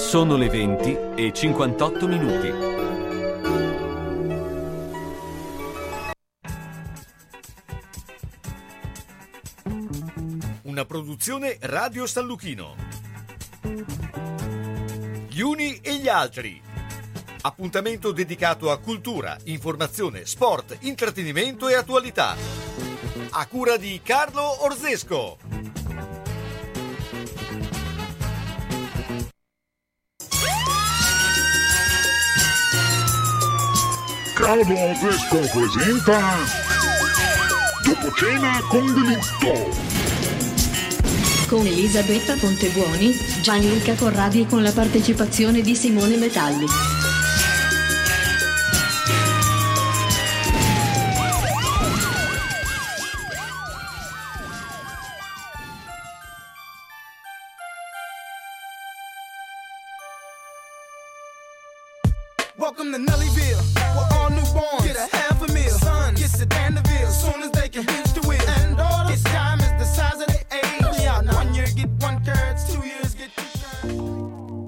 Sono le 20:58. Una produzione Radio San Luchino. Gli uni e gli altri. Appuntamento dedicato a cultura, informazione, sport, intrattenimento e attualità. A cura di Carlo Orzesco. Carlo Orzesco presenta Dopo cena con delitto, con Elisabetta Pontebuoni, Gianluca Corradi e con la partecipazione di Simone Metalli. Welcome to Nellyville, where all newborns get a half a meal. Son gets a Danderville, soon as they can hitch the wheel. And daughters, time is the size of their age. Yeah, 1 year get 1 carrots, 2 years get 2 carrots.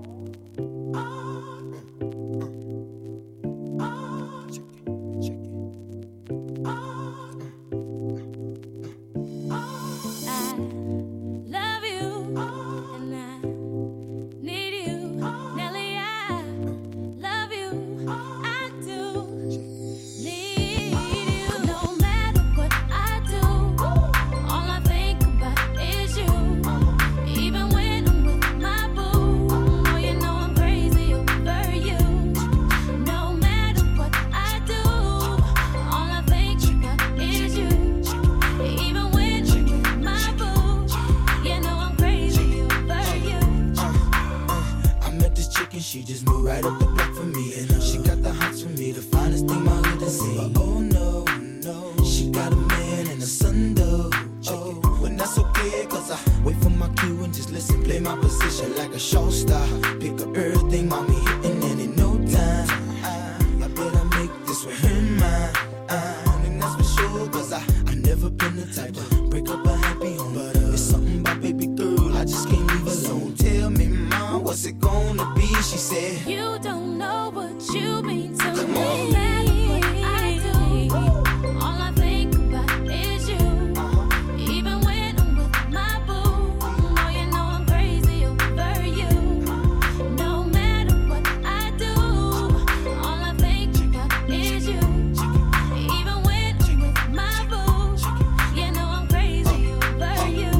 She just moved right up the block for me, and she got the hots for me, the finest thing my hood has seen. But oh no, no, she got a man and a son though. Oh, well that's okay, cause I wait for my cue and just listen, play my position like a show star. Pick up everything, mommy hitting, and in no time I better make this with her mine. And that's for sure, cause I never been the type to break up a happy home. But it's something about baby girl, I just can't leave alone. Tell me, mom, what's it gonna be? She said, you don't know what you mean to me. No matter what I do, all I think about is you. Even when I'm with my boo, oh, you know I'm crazy over you. No matter what I do, all I think about is you. Even when I'm with my boo, you know I'm crazy over you.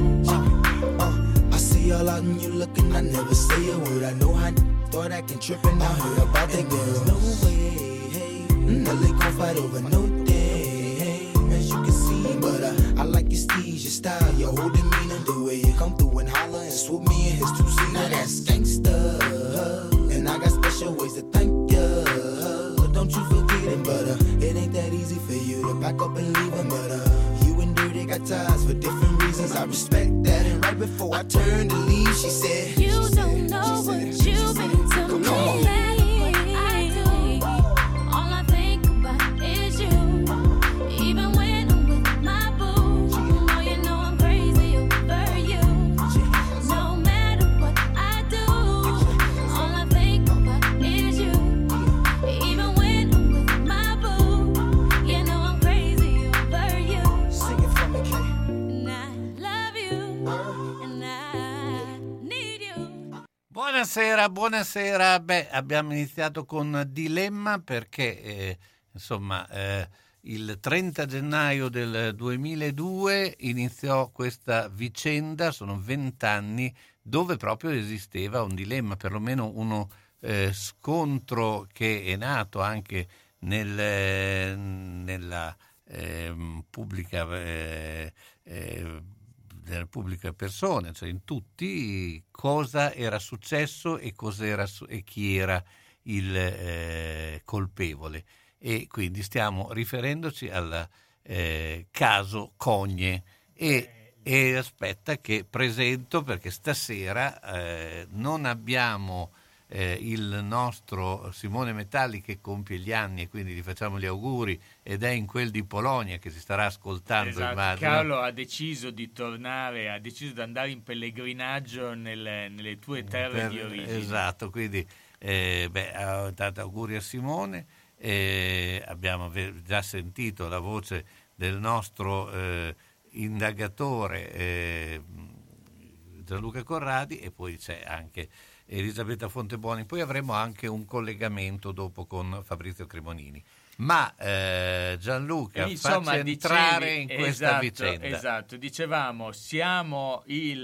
I see all out and you looking, I never say a word. I know how thought I can trip and I heard about that girl. No way, hey, Nelly gon' fight over no day, hey, as you can see. But I like your steez, your style, your whole demeanor, the way you come through and holler and swoop me in his two-seater. Now that's gangsta, and I got special ways to thank ya. Don't you forget it, but it ain't that easy for you to pack up and leave him. But you and Dirty got ties for different reasons. I respect that. And right before I turned to leave, she said, you don't know what you mean to me. Come on. All I think about is you. Even when I'm with my boo, oh, you know I'm crazy over you. No matter what I do, all I think about is you. Even when I'm with my boo, you know I'm crazy over you. Sing it for me, Kay. And I love you, and I need you. Buonasera. Beh, abbiamo iniziato con Dilemma perché il 30 gennaio del 2002 iniziò questa vicenda, sono 20 anni, dove proprio esisteva un dilemma, perlomeno uno scontro che è nato anche nella pubblica delle pubbliche persone, cioè in tutti, cosa era successo e e chi era il colpevole. E quindi stiamo riferendoci al caso Cogne e aspetta che presento, perché stasera non abbiamo il nostro Simone Metalli, che compie gli anni, e quindi gli facciamo gli auguri, ed è in quel di Polonia, che si starà ascoltando, esatto. immagino. Carlo ha deciso di tornare, ha deciso di andare in pellegrinaggio nelle tue terre di origine. Esatto, quindi tanti auguri a Simone. Abbiamo già sentito la voce del nostro indagatore Gianluca Corradi, e poi c'è anche Elisabetta Fontebuoni. Poi avremo anche un collegamento dopo con Fabrizio Cremonini. Ma Gianluca, insomma, facci entrare in questa esatto, vicenda. Esatto, dicevamo, siamo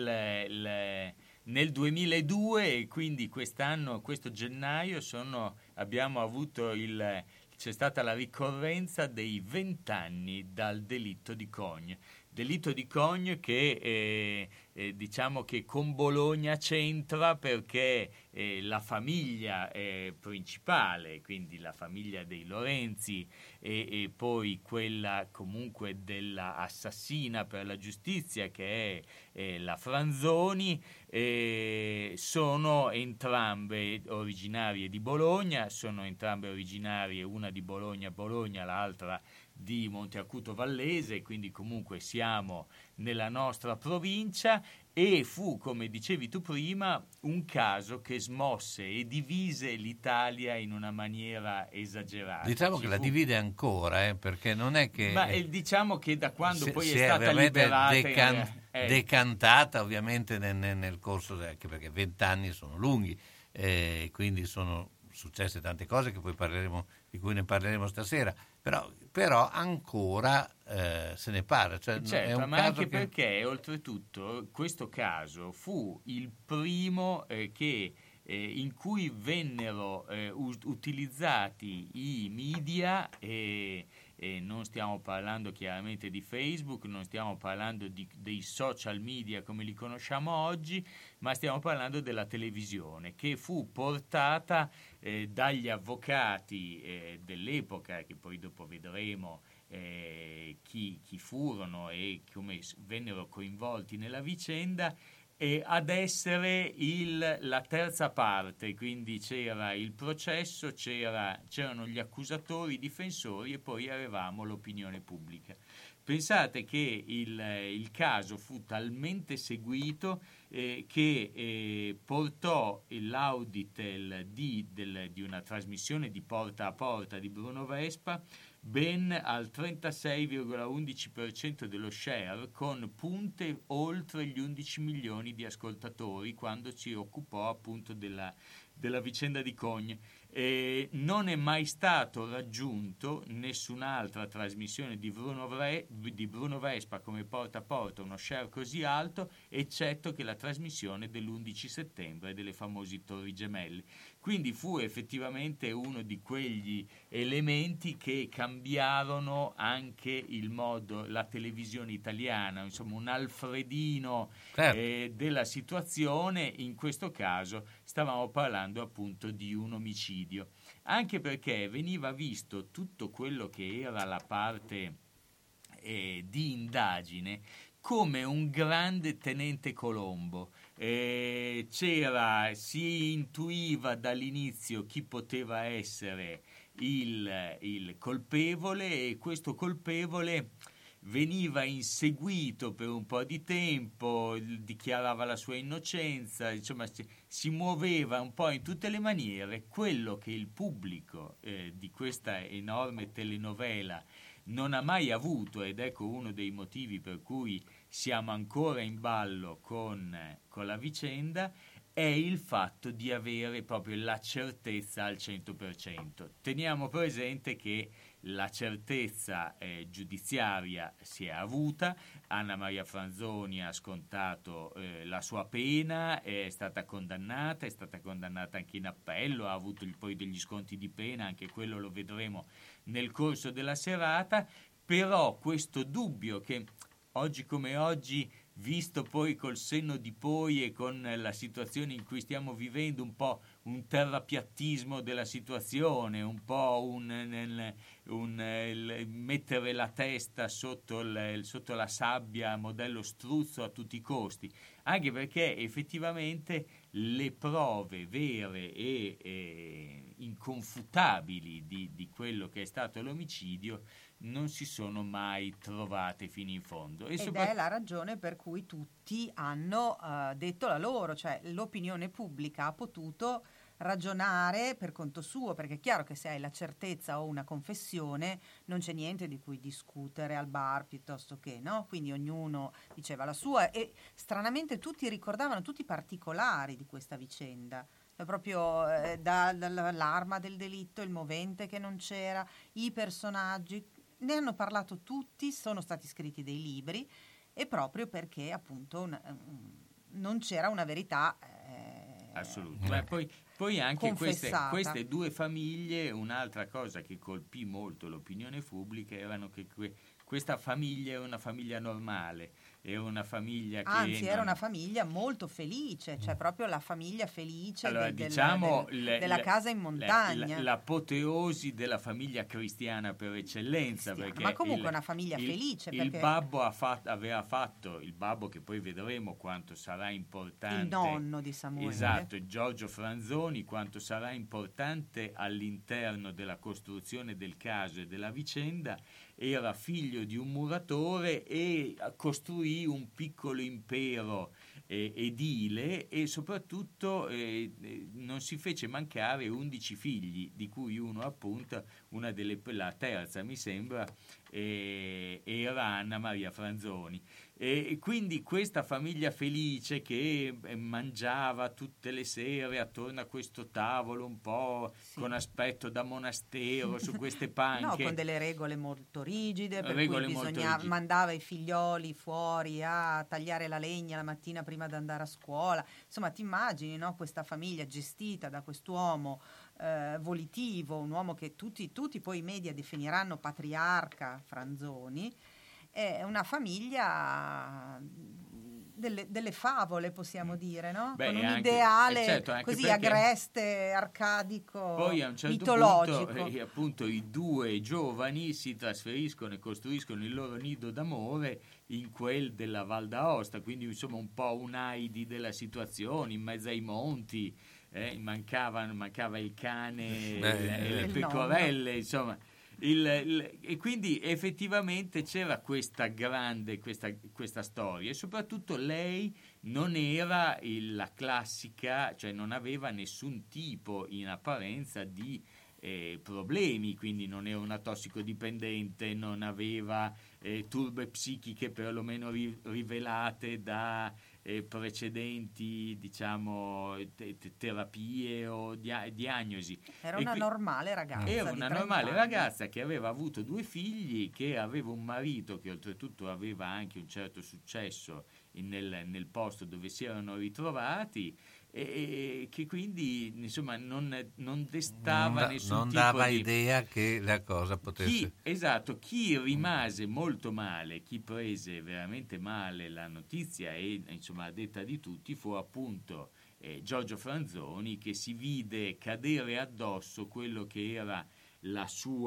nel 2002, e quindi quest'anno, questo gennaio, abbiamo avuto c'è stata la ricorrenza dei 20 anni dal delitto di Cogne. Delitto di Cogne che diciamo che con Bologna c'entra, perché la famiglia principale, quindi la famiglia dei Lorenzi e poi quella comunque della assassina per la giustizia, che è la Franzoni, sono entrambe originarie di Bologna, sono entrambe originarie, una di Bologna, l'altra di Monteacuto Vallese, quindi comunque siamo nella nostra provincia, e fu, come dicevi tu prima, un caso che smosse e divise l'Italia in una maniera esagerata. Diciamo che la divide ancora, perché non è che... Ma diciamo che da quando poi è stata liberata... decantata ovviamente nel corso, anche perché 20 anni sono lunghi, quindi sono successe tante cose di cui ne parleremo stasera, però ancora se ne parla. Cioè, certo, è un ma caso anche perché oltretutto questo caso fu il primo in cui vennero utilizzati i media, e non stiamo parlando chiaramente di Facebook, non stiamo parlando dei social media come li conosciamo oggi, ma stiamo parlando della televisione, che fu portata dagli avvocati dell'epoca, che poi dopo vedremo chi furono e come vennero coinvolti nella vicenda, ad essere la terza parte. Quindi c'era il processo, c'erano gli accusatori, i difensori, e poi avevamo l'opinione pubblica. Pensate che il caso fu talmente seguito che portò l'Auditel di una trasmissione di Porta a Porta di Bruno Vespa ben al 36,11% dello share, con punte oltre gli 11 milioni di ascoltatori, quando si occupò appunto della vicenda di Cogne. Non è mai stato raggiunto nessun'altra trasmissione di Bruno Vespa come Porta a Porta uno share così alto, eccetto che la trasmissione dell'11 settembre delle famose Torri Gemelle. Quindi fu effettivamente uno di quegli elementi che cambiarono anche il modo, la televisione italiana, insomma un Alfredino della situazione. In questo caso stavamo parlando appunto di un omicidio, anche perché veniva visto tutto quello che era la parte di indagine come un grande tenente Colombo. Si intuiva dall'inizio chi poteva essere il colpevole, e questo colpevole veniva inseguito per un po' di tempo, dichiarava la sua innocenza, insomma si muoveva un po' in tutte le maniere. Quello che il pubblico di questa enorme telenovela non ha mai avuto, ed ecco uno dei motivi per cui siamo ancora in ballo con la vicenda, è il fatto di avere proprio la certezza al 100%. Teniamo presente che la certezza giudiziaria si è avuta. Anna Maria Franzoni ha scontato la sua pena, è stata condannata anche in appello, ha avuto poi degli sconti di pena, anche quello lo vedremo nel corso della serata. Però questo dubbio che oggi come oggi visto poi col senno di poi e con la situazione in cui stiamo vivendo, un po' un terrapiattismo della situazione, un po' mettere la testa sotto la sabbia, modello struzzo a tutti i costi, anche perché effettivamente le prove vere e inconfutabili di quello che è stato l'omicidio non si sono mai trovate fino in fondo. Ed è la ragione per cui tutti hanno detto la loro, cioè l'opinione pubblica ha potuto ragionare per conto suo, perché è chiaro che se hai la certezza o una confessione non c'è niente di cui discutere al bar piuttosto che, no? Quindi ognuno diceva la sua e stranamente tutti ricordavano tutti i particolari di questa vicenda, proprio dall'arma del delitto, il movente che non c'era, i personaggi, ne hanno parlato tutti, sono stati scritti dei libri, e proprio perché appunto non c'era una verità assoluta. Poi anche queste due famiglie, un'altra cosa che colpì molto l'opinione pubblica erano che questa famiglia è una famiglia normale, è una famiglia che... Anzi, era una famiglia molto felice, cioè proprio la famiglia felice della casa in montagna. L'apoteosi della famiglia cristiana per eccellenza. Perché ma comunque una famiglia felice. Il babbo aveva fatto, il babbo che poi vedremo quanto sarà importante... Il nonno di Samuele. Esatto, Giorgio Franzoni, quanto sarà importante all'interno della costruzione del caso e della vicenda. Era figlio di un muratore e costruì un piccolo impero edile e soprattutto non si fece mancare 11 figli, di cui uno appunto, la terza mi sembra, era Anna Maria Franzoni. E quindi questa famiglia felice che mangiava tutte le sere attorno a questo tavolo un po' con aspetto da monastero su queste panche, no, con delle regole molto rigide, per cui mandava i figlioli fuori a tagliare la legna la mattina prima di andare a scuola. Insomma, ti immagini, no, questa famiglia gestita da quest'uomo volitivo, un uomo che tutti poi i media definiranno patriarca, Franzoni. È una famiglia delle favole, possiamo dire, no? Con un ideale così agreste, arcadico, poi a un certo mitologico. Punto, appunto i due giovani si trasferiscono e costruiscono il loro nido d'amore in quel della Val d'Aosta, quindi insomma un po' un'Aidi della situazione, in mezzo ai monti, mancava il cane e le pecorelle, insomma. E quindi effettivamente c'era questa storia, e soprattutto lei non era la classica, cioè non aveva nessun tipo in apparenza di problemi, quindi non era una tossicodipendente, non aveva turbe psichiche perlomeno rivelate da precedenti, diciamo, terapie o diagnosi. Era una normale ragazza. Era una normale ragazza che aveva avuto 2 figli, che aveva un marito che oltretutto aveva anche un certo successo nel posto dove si erano ritrovati, e che quindi insomma non destava nessun non tipo dava di idea che la cosa potesse... Chi rimase molto male, chi prese veramente male la notizia e insomma a detta di tutti fu appunto Giorgio Franzoni, che si vide cadere addosso quello che era il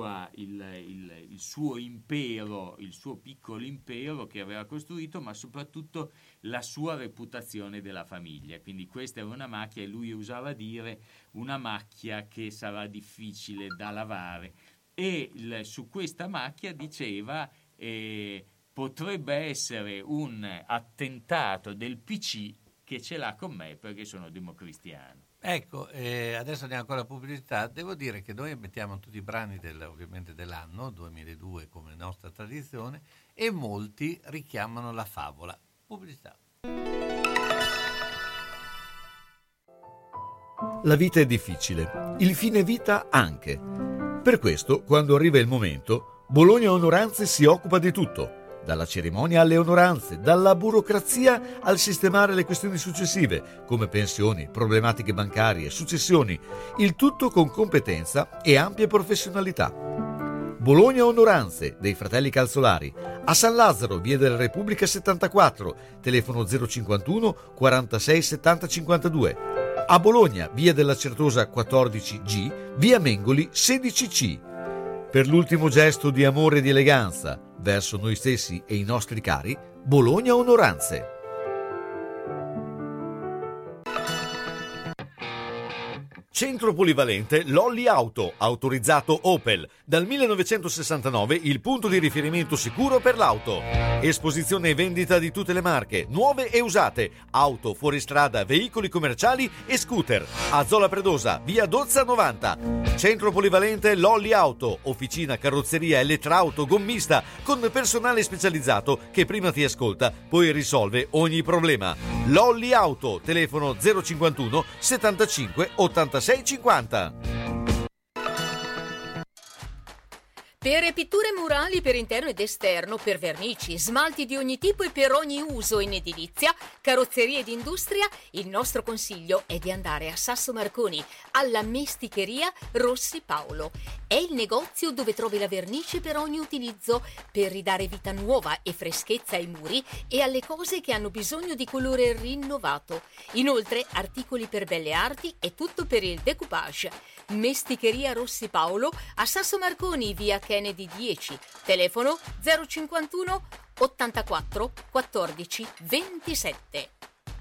suo impero, il suo piccolo impero che aveva costruito, ma soprattutto la sua reputazione della famiglia. Quindi questa era una macchia, e lui usava dire una macchia che sarà difficile da lavare, e su questa macchia diceva potrebbe essere un attentato del PC che ce l'ha con me perché sono democristiano. Ecco, adesso andiamo con la pubblicità. Devo dire che noi mettiamo tutti i brani ovviamente dell'anno 2002 come nostra tradizione, e molti richiamano la favola. Pubblicità. La vita è difficile, il fine vita anche. Per questo, quando arriva il momento, Bologna Onoranze si occupa di tutto. Dalla cerimonia alle onoranze, dalla burocrazia al sistemare le questioni successive, come pensioni, problematiche bancarie, successioni, il tutto con competenza e ampia professionalità. Bologna Onoranze dei fratelli Calzolari, a San Lazzaro, via della Repubblica 74, telefono 051 46 70 52. A Bologna, via della Certosa 14G, via Mengoli 16C. Per l'ultimo gesto di amore e di eleganza verso noi stessi e i nostri cari, Bologna Onoranze. Centro polivalente Lolli Auto, autorizzato Opel. Dal 1969 il punto di riferimento sicuro per l'auto. Esposizione e vendita di tutte le marche, nuove e usate, auto, fuoristrada, veicoli commerciali e scooter. A Zola Predosa, via Dozza 90. Centro polivalente Lolli Auto, officina, carrozzeria, elettrauto, gommista, con personale specializzato che prima ti ascolta, poi risolve ogni problema. Lolli Auto, telefono 051 75 86 50. Per pitture murali per interno ed esterno, per vernici, smalti di ogni tipo e per ogni uso in edilizia, carrozzerie ed industria, il nostro consiglio è di andare a Sasso Marconi, alla Mesticheria Rossi Paolo. È il negozio dove trovi la vernice per ogni utilizzo, per ridare vita nuova e freschezza ai muri e alle cose che hanno bisogno di colore rinnovato. Inoltre, articoli per belle arti e tutto per il decoupage. Mesticheria Rossi Paolo a Sasso Marconi, via Kennedy 10, telefono 051 84 14 27.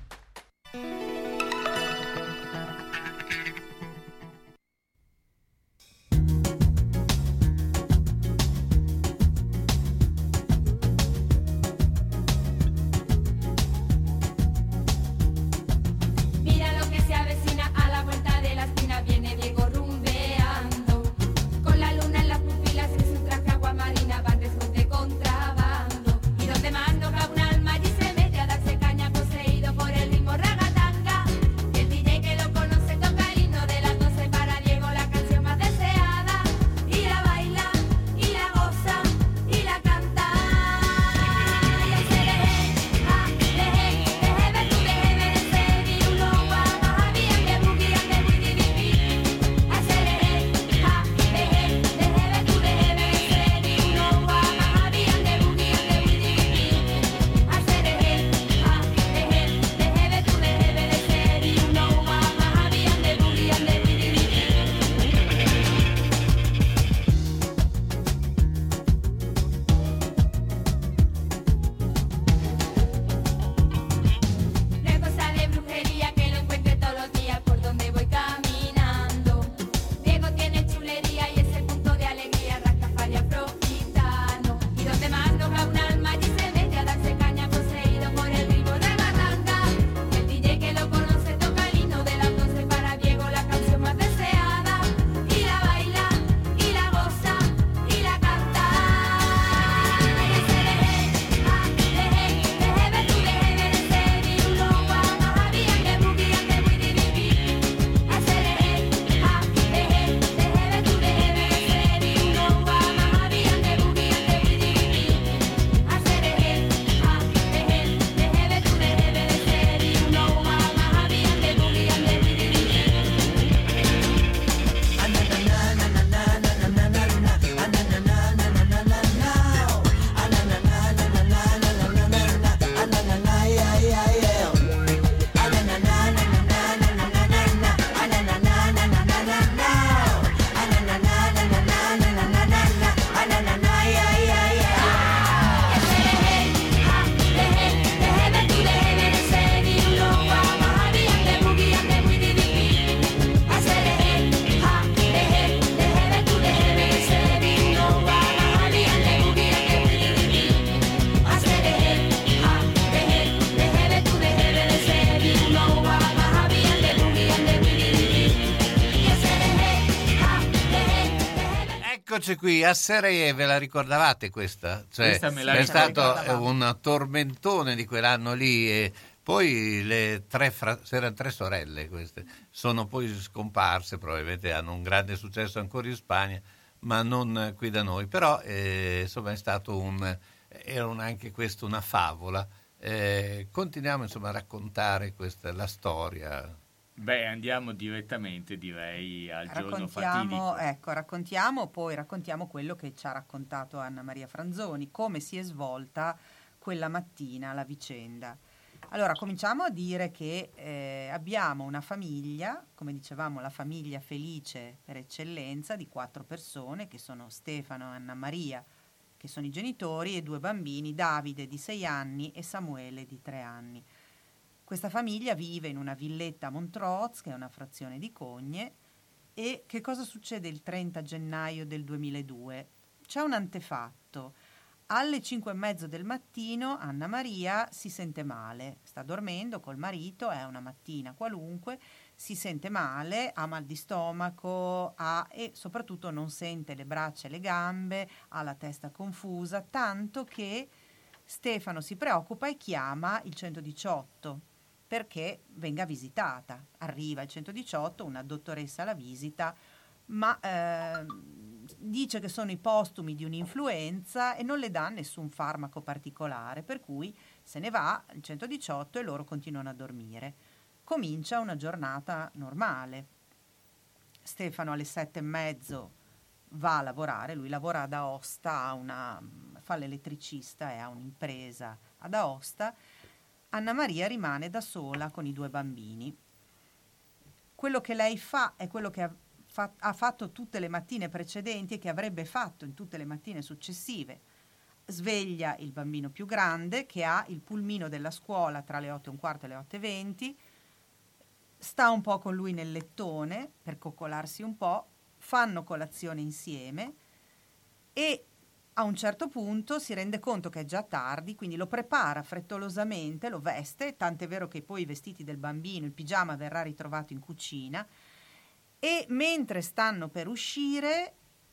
Eccoci qui, a Sereye, ve la ricordavate questa? Cioè, Questa me la è stato ricordavo. un tormentone di quell'anno lì e poi erano tre sorelle queste, sono poi scomparse, probabilmente hanno un grande successo ancora in Spagna, ma non qui da noi, però insomma è stato anche questo una favola. Continuiamo insomma a raccontare la storia Beh, andiamo direttamente, direi, al giorno fatidico. Raccontiamo quello che ci ha raccontato Anna Maria Franzoni, come si è svolta quella mattina la vicenda. Allora, cominciamo a dire che abbiamo una famiglia, come dicevamo, la famiglia felice per eccellenza, di 4 persone, che sono Stefano e Anna Maria, che sono i genitori, e 2 bambini, Davide di 6 anni e Samuele di 3 anni. Questa famiglia vive in una villetta a Montrose, che è una frazione di Cogne, e che cosa succede il 30 gennaio del 2002? C'è un antefatto. Alle 5:30 del mattino Anna Maria si sente male, sta dormendo col marito, è una mattina qualunque, si sente male, ha mal di stomaco e soprattutto non sente le braccia e le gambe, ha la testa confusa, tanto che Stefano si preoccupa e chiama il 118 perché venga visitata. Arriva il 118, una dottoressa la visita, ma dice che sono i postumi di un'influenza e non le dà nessun farmaco particolare, per cui se ne va il 118 e loro continuano a dormire. Comincia una giornata normale. Stefano alle 7:30 va a lavorare, lui lavora ad Aosta, fa l'elettricista e ha un'impresa ad Aosta. Anna Maria rimane da sola con i 2 bambini. Quello che lei fa è quello che ha fatto tutte le mattine precedenti e che avrebbe fatto in tutte le mattine successive. Sveglia il bambino più grande, che ha il pulmino della scuola tra le 8:15 e le 8:20, sta un po' con lui nel lettone per coccolarsi un po', fanno colazione insieme e a un certo punto si rende conto che è già tardi, quindi lo prepara frettolosamente, lo veste, tant'è vero che poi i vestiti del bambino, il pigiama verrà ritrovato in cucina, e mentre stanno per uscire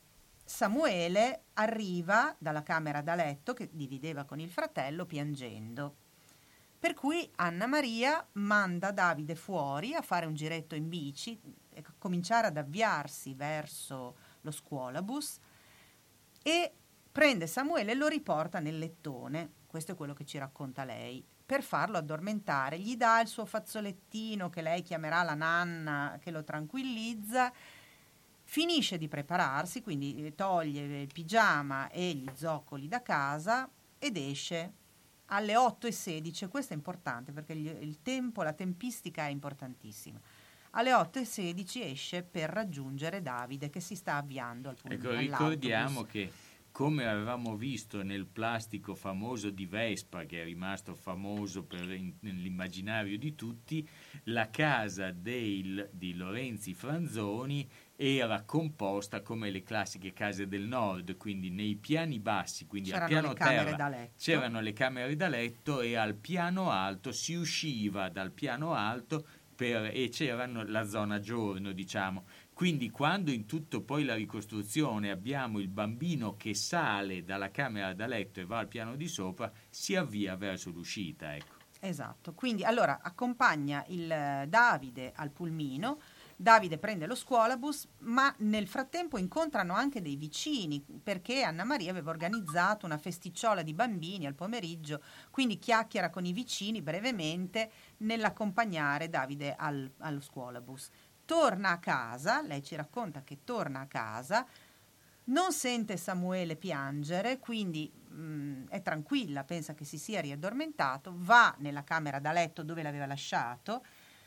Samuele arriva dalla camera da letto che divideva con il fratello piangendo. Per cui Anna Maria manda Davide fuori a fare un giretto in bici e cominciare ad avviarsi verso lo scuolabus e prende Samuele e lo riporta nel lettone. Questo è quello che ci racconta lei. Per farlo addormentare gli dà il suo fazzolettino che lei chiamerà la nanna, che lo tranquillizza. Finisce di prepararsi, quindi toglie il pigiama e gli zoccoli da casa ed esce alle 8:16. Questo è importante perché il tempo, la tempistica è importantissima. Alle 8:16 esce per raggiungere Davide che si sta avviando al punto. Ecco, ricordiamo che, come avevamo visto nel plastico famoso di Vespa, che è rimasto famoso nell'immaginario di tutti, la casa di Lorenzi Franzoni era composta come le classiche case del nord, quindi nei piani bassi, quindi al piano terra c'erano le camere da letto e al piano alto si usciva dal piano alto e c'era la zona giorno, diciamo. Quindi quando in tutto poi la ricostruzione abbiamo il bambino che sale dalla camera da letto e va al piano di sopra, si avvia verso l'uscita, ecco. Esatto, quindi allora accompagna il Davide al pulmino, Davide prende lo scuolabus, ma nel frattempo incontrano anche dei vicini, perché Anna Maria aveva organizzato una festicciola di bambini al pomeriggio, quindi chiacchiera con i vicini brevemente nell'accompagnare Davide allo scuolabus. Torna a casa, lei ci racconta che torna a casa, non sente Samuele piangere, quindi è tranquilla, pensa che si sia riaddormentato, va nella camera da letto dove l'aveva lasciato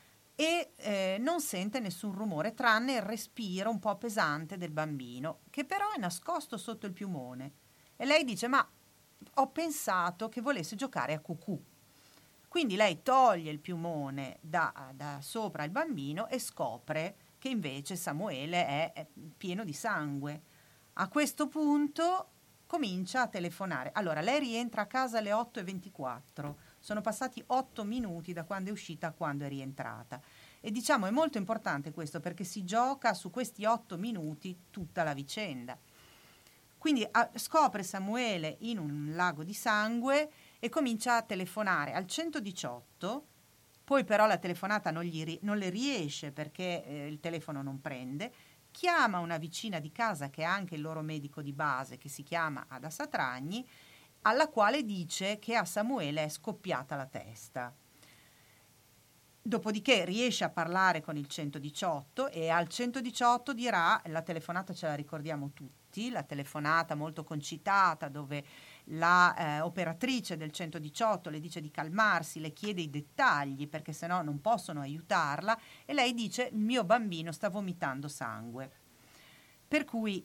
e non sente nessun rumore tranne il respiro un po' pesante del bambino, che però è nascosto sotto il piumone. E lei dice: ma ho pensato che volesse giocare a cucù. Quindi lei toglie il piumone da sopra il bambino e scopre che invece Samuele è pieno di sangue. A questo punto comincia a telefonare. Allora, lei rientra a casa alle 8:24. Sono passati 8 minuti da quando è uscita a quando è rientrata. E diciamo è molto importante questo perché si gioca su questi 8 minuti tutta la vicenda. Quindi scopre Samuele in un lago di sangue e comincia a telefonare al 118, poi però la telefonata non le riesce perché il telefono non prende, chiama una vicina di casa che è anche il loro medico di base, che si chiama Ada Satragni, alla quale dice che a Samuele è scoppiata la testa. Dopodiché riesce a parlare con il 118 e al 118 dirà, la telefonata ce la ricordiamo tutti, la telefonata molto concitata dove la operatrice del 118 le dice di calmarsi, le chiede i dettagli perché sennò non possono aiutarla, e lei dice: il mio bambino sta vomitando sangue. Per cui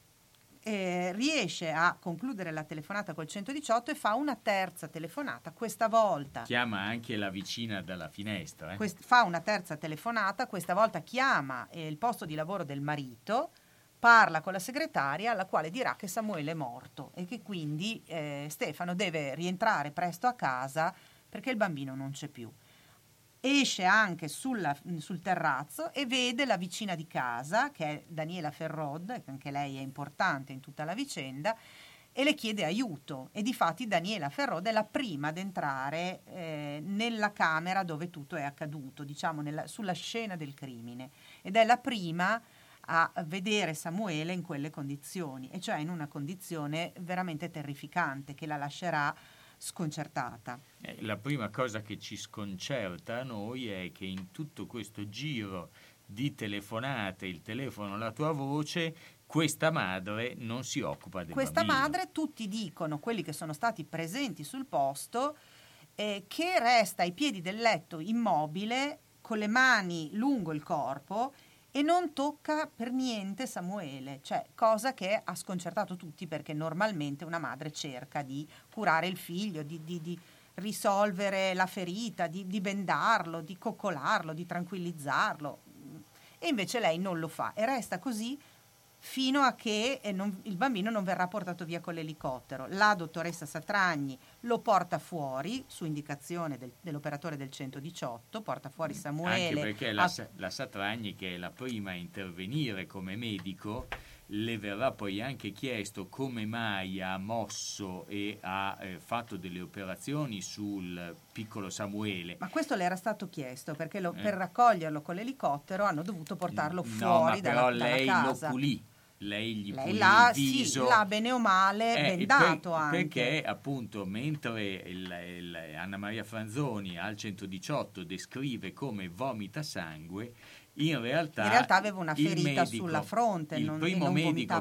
riesce a concludere la telefonata col 118 e fa una terza telefonata, questa volta chiama anche la vicina dalla finestra, fa una terza telefonata, questa volta chiama il posto di lavoro del marito, parla con la segretaria, la quale dirà che Samuele è morto e che quindi Stefano deve rientrare presto a casa perché il bambino non c'è più. Esce anche sul terrazzo e vede la vicina di casa, che è Daniela Ferrod, che anche lei è importante in tutta la vicenda, e le chiede aiuto. E difatti Daniela Ferrod è la prima ad entrare nella camera dove tutto è accaduto, diciamo sulla scena del crimine, ed è la prima a vedere Samuele in quelle condizioni, e cioè in una condizione veramente terrificante che la lascerà sconcertata. La prima cosa che ci sconcerta a noi è che in tutto questo giro di telefonate, il telefono, la tua voce, questa madre non si occupa del questa bambino. Madre, tutti dicono, quelli che sono stati presenti sul posto, che resta ai piedi del letto immobile con le mani lungo il corpo e non tocca per niente Samuele, cioè cosa che ha sconcertato tutti, perché normalmente una madre cerca di curare il figlio, di risolvere la ferita, di bendarlo, di coccolarlo, di tranquillizzarlo, e invece lei non lo fa e resta così fino a che il bambino non verrà portato via con l'elicottero. La dottoressa Satragni lo porta fuori su indicazione dell'operatore del 118, porta fuori Samuele. Anche perché la Satragni, che è la prima a intervenire come medico, le verrà poi anche chiesto come mai ha mosso e ha fatto delle operazioni sul piccolo Samuele. Ma questo le era stato chiesto perché per raccoglierlo con l'elicottero hanno dovuto portarlo fuori dalla casa. Però lei lo pulì. Lei gli pulì il viso. Sì, l'ha bene o male bendato anche. Perché appunto mentre Anna Maria Franzoni al 118 descrive come vomita sangue, in realtà aveva una ferita sulla fronte, il primo medico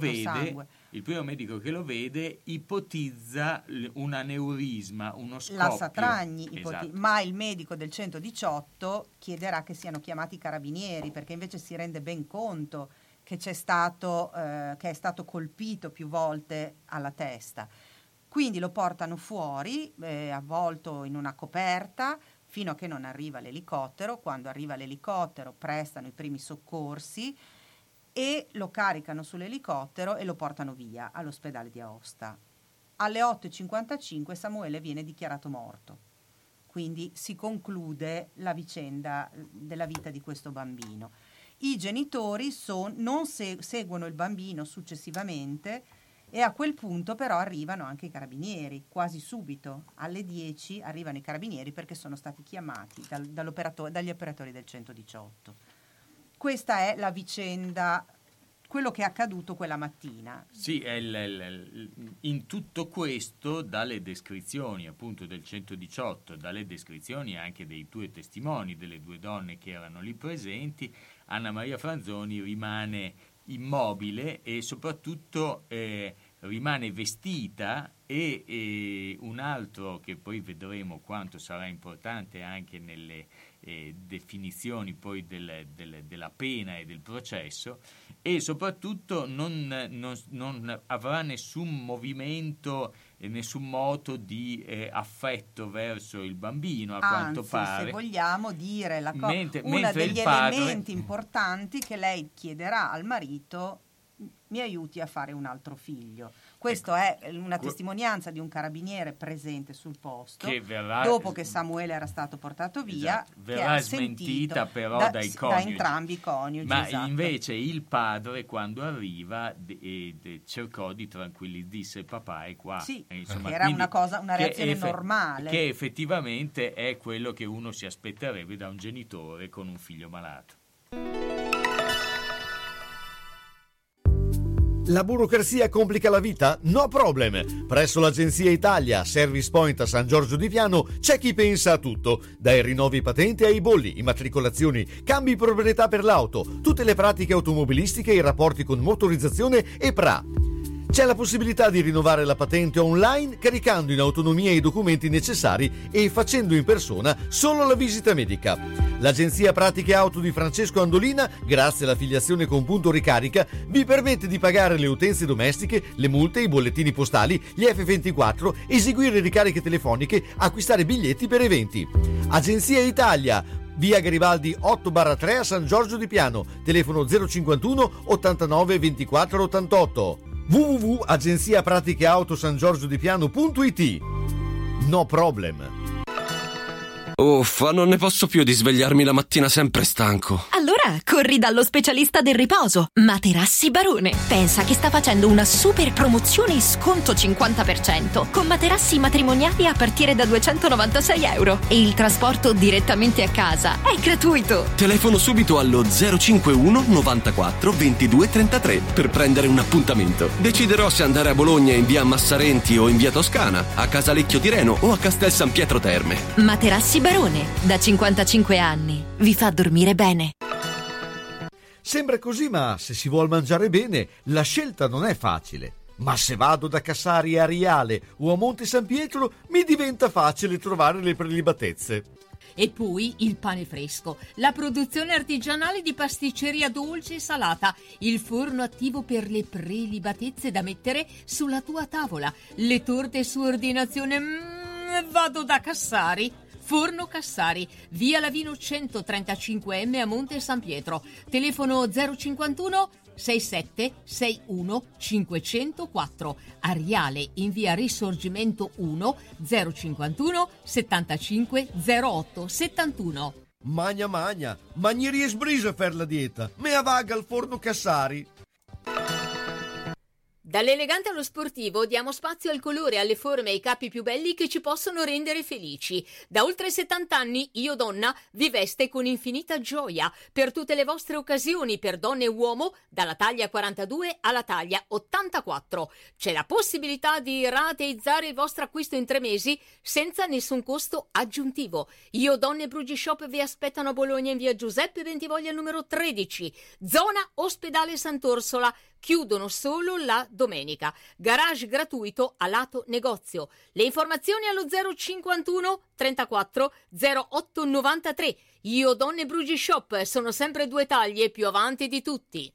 che lo vede ipotizza un aneurisma, uno scoppio. La Satragni esatto. Ma il medico del 118 chiederà che siano chiamati i carabinieri, perché invece si rende ben conto che è stato colpito più volte alla testa. Quindi lo portano fuori, avvolto in una coperta, fino a che non arriva l'elicottero. Quando arriva l'elicottero prestano i primi soccorsi e lo caricano sull'elicottero e lo portano via all'ospedale di Aosta. Alle 8:55 Samuele viene dichiarato morto. Quindi si conclude la vicenda della vita di questo bambino. I genitori non seguono il bambino successivamente, e a quel punto però arrivano anche i carabinieri, quasi subito. Alle 10 arrivano i carabinieri perché sono stati chiamati dagli operatori del 118. Questa è la vicenda, quello che è accaduto quella mattina. Sì, in tutto questo, dalle descrizioni appunto del 118, dalle descrizioni anche dei due testimoni, delle due donne che erano lì presenti, Anna Maria Franzoni rimane immobile e soprattutto rimane vestita, e un altro che poi vedremo quanto sarà importante anche nelle definizioni poi della pena e del processo, e soprattutto non avrà nessun movimento e nessun moto di affetto verso il bambino, a quanto pare. Se vogliamo dire uno degli elementi importanti che lei chiederà al marito: mi aiuti a fare un altro figlio. Questo è una testimonianza di un carabiniere presente sul posto, che verrà, dopo che Samuele era stato portato via, esatto, verrà smentita però dai coniugi. Da entrambi i coniugi. Ma esatto. Invece il padre, quando arriva, cercò di tranquillizzare, disse: papà è qua. Sì, insomma, era una reazione normale. Che effettivamente è quello che uno si aspetterebbe da un genitore con un figlio malato. La burocrazia complica la vita? No problem! Presso l'Agenzia Italia Service Point a San Giorgio di Piano c'è chi pensa a tutto, dai rinnovi patente ai bolli, immatricolazioni, cambi proprietà per l'auto, tutte le pratiche automobilistiche e i rapporti con motorizzazione e PRA. C'è la possibilità di rinnovare la patente online caricando in autonomia i documenti necessari e facendo in persona solo la visita medica. L'Agenzia Pratiche Auto di Francesco Andolina, grazie all'affiliazione con Punto Ricarica, vi permette di pagare le utenze domestiche, le multe, i bollettini postali, gli F24, eseguire ricariche telefoniche, acquistare biglietti per eventi. Agenzia Italia, via Garibaldi 8/3 a San Giorgio di Piano, telefono 051 89 24 88. www.agenziapraticheautosangiorgiodipiano.it. No problem. Uffa, non ne posso più di svegliarmi la mattina sempre stanco. Allora corri dallo specialista del riposo, Materassi Barone. Pensa che sta facendo una super promozione e sconto 50% con materassi matrimoniali a partire da €296 e il trasporto direttamente a casa è gratuito. Telefono subito allo 051 94 22 33 per prendere un appuntamento. Deciderò se andare a Bologna in via Massarenti o in via Toscana, a Casalecchio di Reno o a Castel San Pietro Terme. Materassi Barone, da 55 anni, vi fa dormire bene. Sembra così, ma se si vuol mangiare bene, la scelta non è facile. Ma se vado da Cassari a Riale o a Monte San Pietro, mi diventa facile trovare le prelibatezze. E poi il pane fresco, la produzione artigianale di pasticceria dolce e salata, il forno attivo per le prelibatezze da mettere sulla tua tavola, le torte su ordinazione. Vado da Cassari. Forno Cassari, via Lavino 135M a Monte San Pietro, telefono 051 67 61 504, a Riale in via Risorgimento 1 051 75 08 71. Magna, magnerie sbrisa per la dieta, mea vaga al forno Cassari. Dall'elegante allo sportivo diamo spazio al colore, alle forme e ai capi più belli che ci possono rendere felici. Da oltre 70 anni Io Donna vi veste con infinita gioia per tutte le vostre occasioni, per donne e uomo, dalla taglia 42 alla taglia 84. C'è la possibilità di rateizzare il vostro acquisto in 3 mesi senza nessun costo aggiuntivo. Io Donne Brugi Shop vi aspettano a Bologna in via Giuseppe Bentivoglia numero 13, zona Ospedale Sant'Orsola. Chiudono solo la domenica. Garage gratuito a lato negozio. Le informazioni allo 051 34 08 93. Io Donne Brugi Shop, sono sempre 2 taglie più avanti di tutti.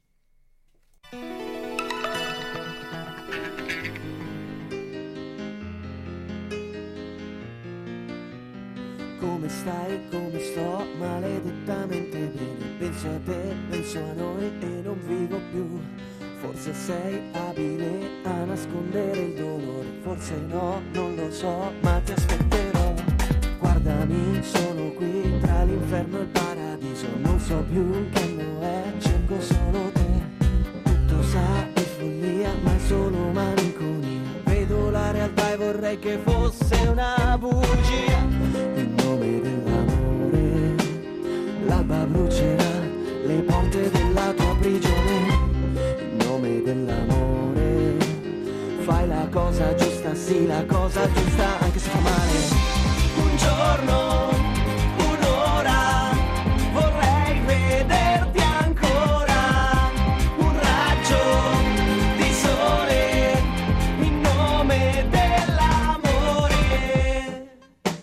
Come stai, come sto, maledettamente bene. Penso a te, penso a noi e non vivo più. Forse sei abile a nascondere il dolore, forse no, non lo so, ma ti aspetterò. Guardami, sono qui tra l'inferno e il paradiso, non so più che anno è, cerco solo te. Tutto sa di follia, ma è solo malinconia. Vedo la realtà e vorrei che fosse una bugia. In nome dell'amore, l'alba brucerà le porte della tua prigione. Dell'amore, fai la cosa giusta, sì, la cosa giusta, anche se fa male. Un giorno, un'ora, vorrei vederti ancora. Un raggio di sole in nome dell'amore.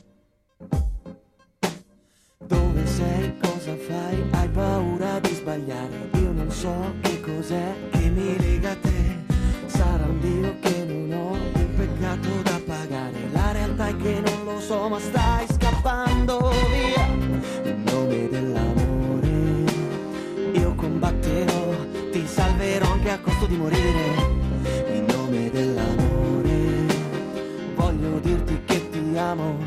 Dove sei, cosa fai, hai paura di sbagliare. Io non so che cos'è che mi lega a te. Sarà un Dio che non ho, un peccato da pagare. La realtà è che non lo so, ma stai scappando via. In nome dell'amore io combatterò, ti salverò anche a costo di morire. In nome dell'amore voglio dirti che ti amo.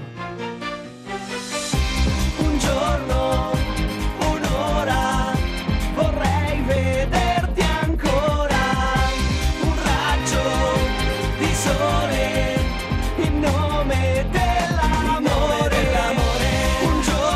Un giorno, un'ora, vorrei vederti ancora. Un raggio di sole in nome dell'amore. Un giorno,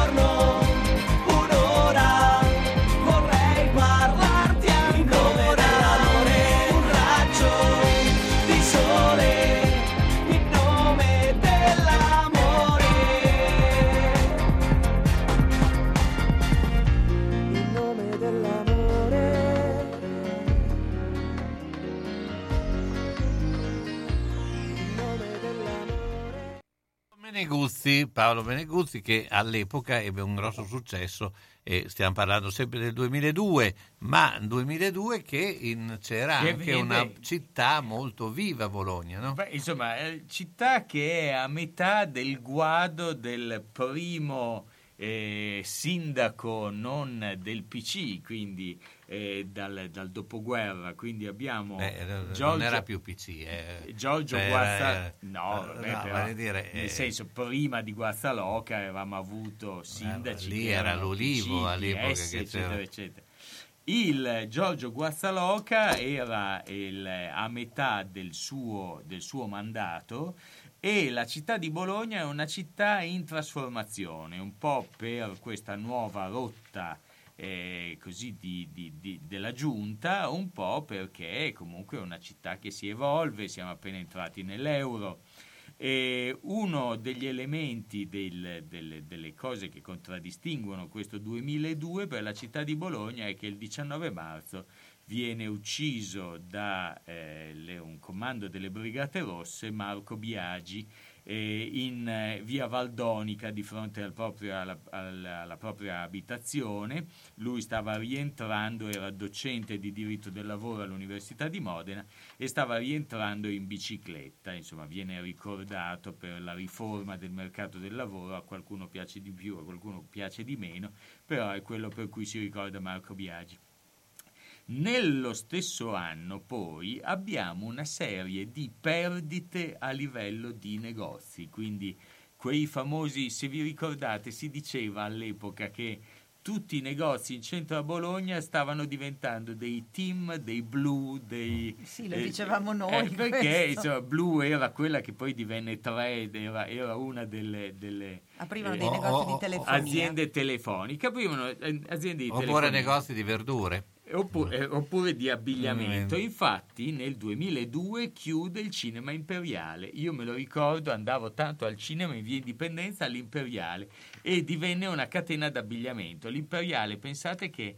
Paolo Meneguzzi, che all'epoca ebbe un grosso successo, e stiamo parlando sempre del 2002, ma 2002 c'era che anche una città molto viva, Bologna, no? Beh, insomma, città che è a metà del guado del primo sindaco non del PC, quindi dal dopoguerra, quindi abbiamo non era più PC, Giorgio Guazzaloca, nel senso, prima di Guazzaloca avevamo avuto sindaci lì che era erano l'Ulivo PC, all'epoca, DS, che eccetera eccetera. Il Giorgio Guazzaloca era a metà del suo mandato, e la città di Bologna è una città in trasformazione, un po' per questa nuova rotta così della giunta, un po' perché comunque è una città che si evolve, siamo appena entrati nell'euro. Uno degli elementi delle cose che contraddistinguono questo 2002 per la città di Bologna è che il 19 marzo viene ucciso da un comando delle Brigate Rosse, Marco Biagi, in via Valdonica, di fronte alla propria abitazione. Lui stava rientrando, era docente di diritto del lavoro all'Università di Modena e stava rientrando in bicicletta. Insomma, viene ricordato per la riforma del mercato del lavoro. A qualcuno piace di più, a qualcuno piace di meno, però è quello per cui si ricorda Marco Biagi. Nello stesso anno poi abbiamo una serie di perdite a livello di negozi, quindi quei famosi, se vi ricordate, si diceva all'epoca che tutti i negozi in centro a Bologna stavano diventando dei Team, dei Blu, dei... Sì, lo dicevamo noi. Perché insomma, Blu era quella che poi divenne 3, era una delle aprivano dei negozi di telefonia. Aziende telefoniche, aprivano aziende di telefonia. Oppure negozi di verdure. Oppure di abbigliamento. Infatti nel 2002 chiude il Cinema Imperiale. Io me lo ricordo, andavo tanto al cinema in via Indipendenza, all'Imperiale, e divenne una catena d'abbigliamento. L'Imperiale, pensate che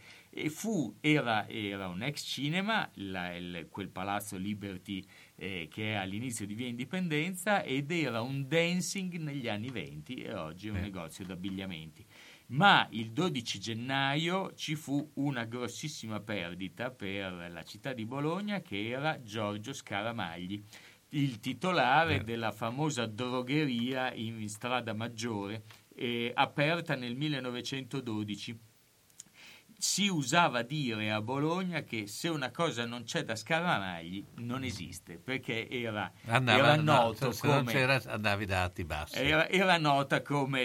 era un ex cinema, quel palazzo Liberty che è all'inizio di via Indipendenza, ed era un dancing negli anni 20, e oggi è un negozio d'abbigliamenti. Ma il 12 gennaio ci fu una grossissima perdita per la città di Bologna, che era Giorgio Scaramagli, il titolare della famosa drogheria in Strada Maggiore, aperta nel 1912. Si usava dire a Bologna che se una cosa non c'è da Scaramagli non esiste, perché era noto se come, non c'era andavi da Attibassi. Era nota come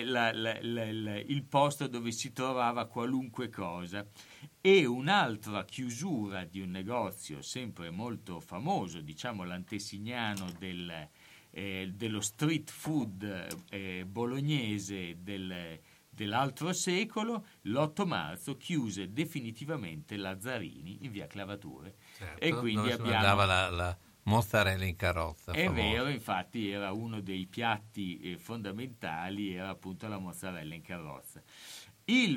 il posto dove si trovava qualunque cosa. E un'altra chiusura di un negozio sempre molto famoso, diciamo l'antesignano dello street food bolognese dell'altro secolo, l'8 marzo chiuse definitivamente Lazzarini in via Clavature. Certo, e quindi dove andava la mozzarella in carrozza. È famosa. vero, infatti era uno dei piatti fondamentali, era appunto la mozzarella in carrozza. Il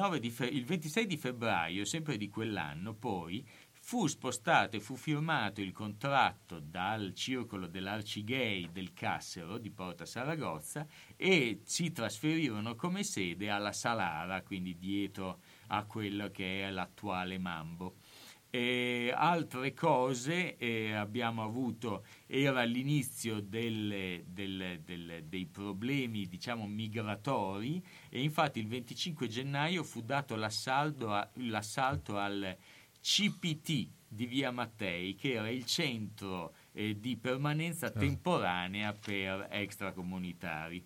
26 di febbraio, sempre di quell'anno, poi fu spostato e fu firmato il contratto dal circolo dell'Arcigay del Cassero di Porta Saragozza, e si trasferirono come sede alla Salara, quindi dietro a quello che è l'attuale Mambo. Altre cose abbiamo avuto, era l'inizio dei problemi, diciamo, migratori, e infatti il 25 gennaio fu dato l'assalto al CPT di via Mattei, che era il centro di permanenza temporanea per extracomunitari.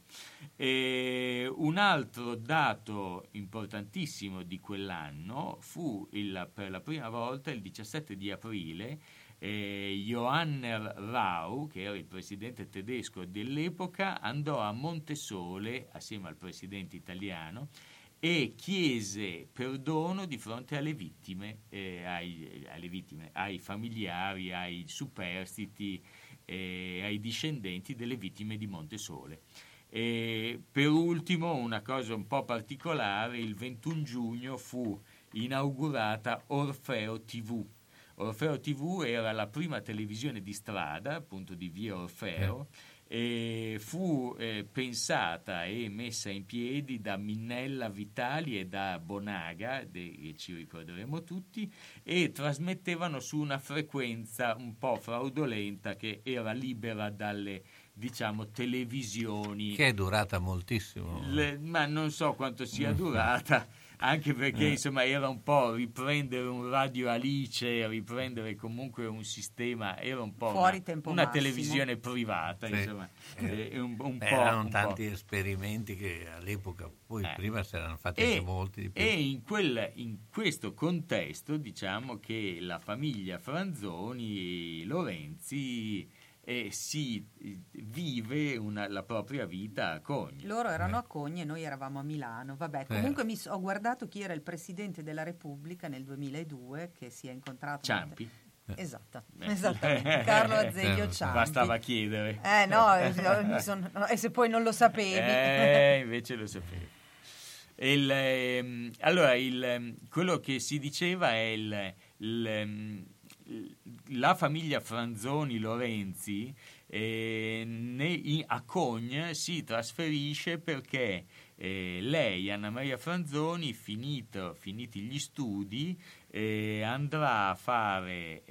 Un altro dato importantissimo di quell'anno fu per la prima volta, il 17 di aprile, Johanner Rau, che era il presidente tedesco dell'epoca, andò a Montesole assieme al presidente italiano e chiese perdono di fronte alle vittime, ai familiari, ai superstiti, ai discendenti delle vittime di Montesole. Per ultimo, una cosa un po' particolare, il 21 giugno fu inaugurata Orfeo TV. Orfeo TV era la prima televisione di strada, appunto di via Orfeo, fu pensata e messa in piedi da Minnella Vitali e da Bonaga, che ci ricorderemo tutti, e trasmettevano su una frequenza un po' fraudolenta che era libera dalle, diciamo, televisioni. Che è durata moltissimo. Ma non so quanto sia durata, anche perché insomma era un po' riprendere un Radio Alice, riprendere comunque un sistema, era un po' fuori tempo una massimo. Televisione privata, Sì. insomma. Un po', erano un tanti po'. esperimenti che all'epoca, poi prima si erano fatti anche molti di più. E in questo contesto diciamo che la famiglia Franzoni Lorenzi si vive la propria vita a Cogne. Loro erano a Cogne e noi eravamo a Milano. Vabbè, comunque ho guardato chi era il Presidente della Repubblica nel 2002, che si è incontrato... Ciampi. Esatto, esattamente, Carlo Azeglio Ciampi. Bastava chiedere. E se poi non lo sapevi. Invece lo sapevi. Allora, quello che si diceva è la famiglia Franzoni Lorenzi a Cogne si trasferisce perché lei, Anna Maria Franzoni, finiti gli studi, andrà a fare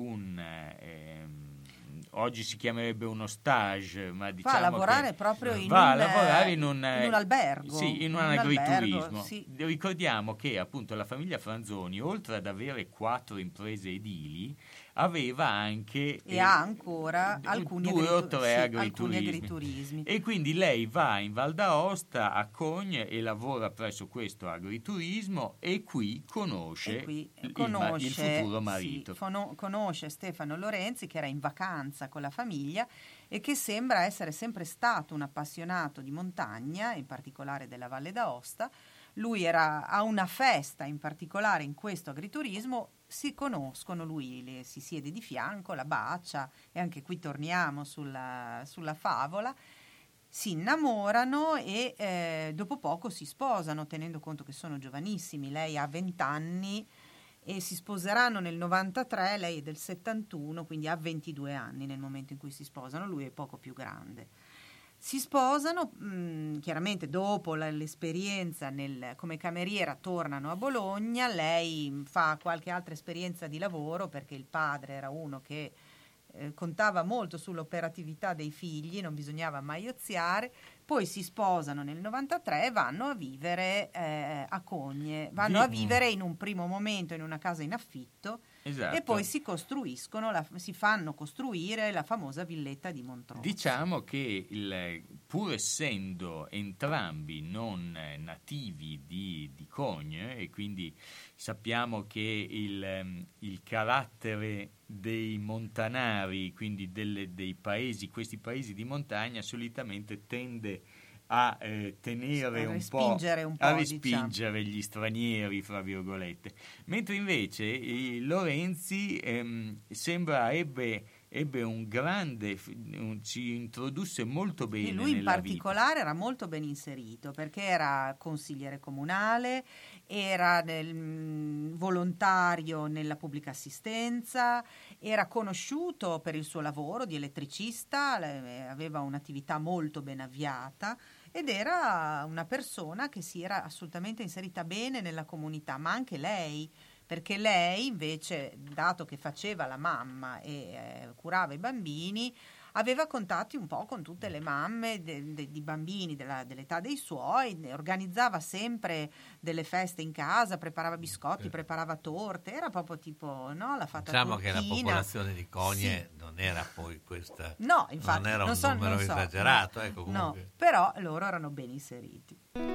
oggi si chiamerebbe uno stage, ma diciamo va a lavorare proprio in un albergo. Sì, in un agriturismo. Albergo, sì. Ricordiamo che appunto la famiglia Franzoni, oltre ad avere 4 imprese edili, aveva anche e ha ancora alcuni 2 o 3 alcuni agriturismi. E quindi lei va in Val d'Aosta a Cogne e lavora presso questo agriturismo e qui conosce il futuro marito. Conosce Stefano Lorenzi, che era in vacanza con la famiglia e che sembra essere sempre stato un appassionato di montagna, in particolare della Valle d'Aosta. Lui era a una festa in particolare in questo agriturismo, si conoscono, lui si siede di fianco, la bacia, e anche qui torniamo sulla favola, si innamorano e dopo poco si sposano, tenendo conto che sono giovanissimi. Lei ha 20 anni e si sposeranno nel 93, lei è del 71, quindi ha 22 anni nel momento in cui si sposano, lui è poco più grande. Si sposano, chiaramente dopo l'esperienza come cameriera tornano a Bologna, lei fa qualche altra esperienza di lavoro perché il padre era uno che contava molto sull'operatività dei figli, non bisognava mai oziare. Poi si sposano nel 93 e vanno a vivere a Cogne, a vivere in un primo momento in una casa in affitto. Esatto. E poi si fanno costruire la famosa villetta di Montrose. Diciamo che pur essendo entrambi non nativi di Cogne, e quindi sappiamo che il carattere dei montanari, quindi dei paesi, questi paesi di montagna, solitamente tende a tenere a respingere gli stranieri, fra virgolette, mentre invece Lorenzi sembra ebbe un grande, ci introdusse molto bene. E lui in nella particolare vita. Era molto ben inserito perché era consigliere comunale, era volontario nella pubblica assistenza, era conosciuto per il suo lavoro di elettricista, aveva un'attività molto ben avviata ed era una persona che si era assolutamente inserita bene nella comunità, ma anche lei, perché lei invece, dato che faceva la mamma e curava i bambini, aveva contatti un po' con tutte le mamme di bambini dell'età dei suoi, organizzava sempre delle feste in casa, preparava biscotti, preparava torte, era proprio tipo la fata diciamo turchina. Che la popolazione di Cogne non era poi questa, no, infatti, non era un numero esagerato, ecco, comunque. No, però loro erano ben inseriti.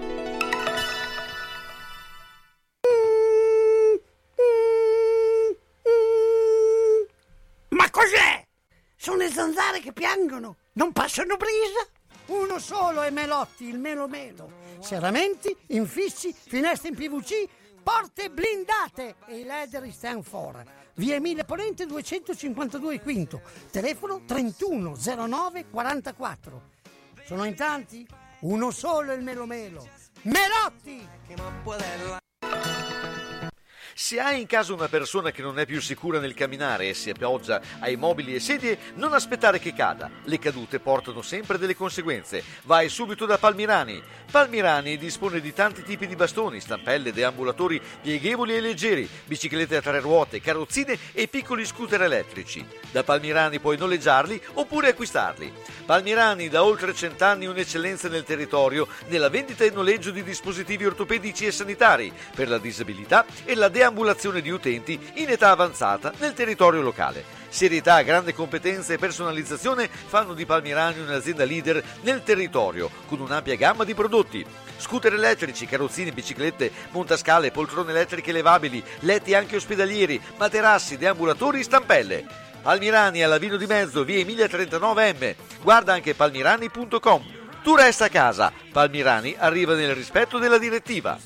Ma cos'è? Sono le zanzare che piangono, non passano brisa? Uno solo è Melotti, il Melo Melo. Serramenti, infissi, finestre in PVC, porte blindate e i leder stand for. Via Emile Ponente 252 Quinto, telefono 31 09 44. Sono in tanti? Uno solo è il Melo Melo. Melotti! Se hai in casa una persona che non è più sicura nel camminare e si appoggia ai mobili e sedie, non aspettare che cada. Le cadute portano sempre delle conseguenze. Vai subito da Palmirani. Palmirani dispone di tanti tipi di bastoni, stampelle, deambulatori pieghevoli e leggeri, biciclette a 3 ruote, carrozzine e piccoli scooter elettrici. Da Palmirani puoi noleggiarli oppure acquistarli. Palmirani, da oltre 100 anni un'eccellenza nel territorio nella vendita e noleggio di dispositivi ortopedici e sanitari per la disabilità e la deambulazione di utenti in età avanzata nel territorio locale. Serietà, grande competenza e personalizzazione fanno di Palmirani un'azienda leader nel territorio, con un'ampia gamma di prodotti. Scooter elettrici, carrozzine, biciclette, montascale, poltrone elettriche levabili, letti anche ospedalieri, materassi, deambulatori, stampelle. Palmirani alla Vino di Mezzo, via Emilia 39M. Guarda anche palmirani.com. Tu resta a casa. Palmirani arriva nel rispetto della direttiva.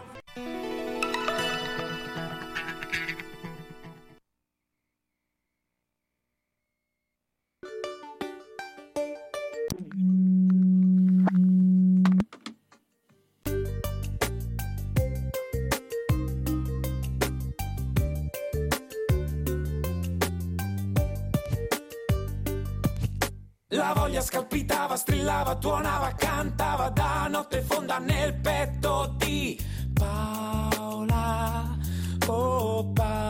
La voglia scalpitava, strillava, tuonava, cantava da notte fonda nel petto di Paola, oh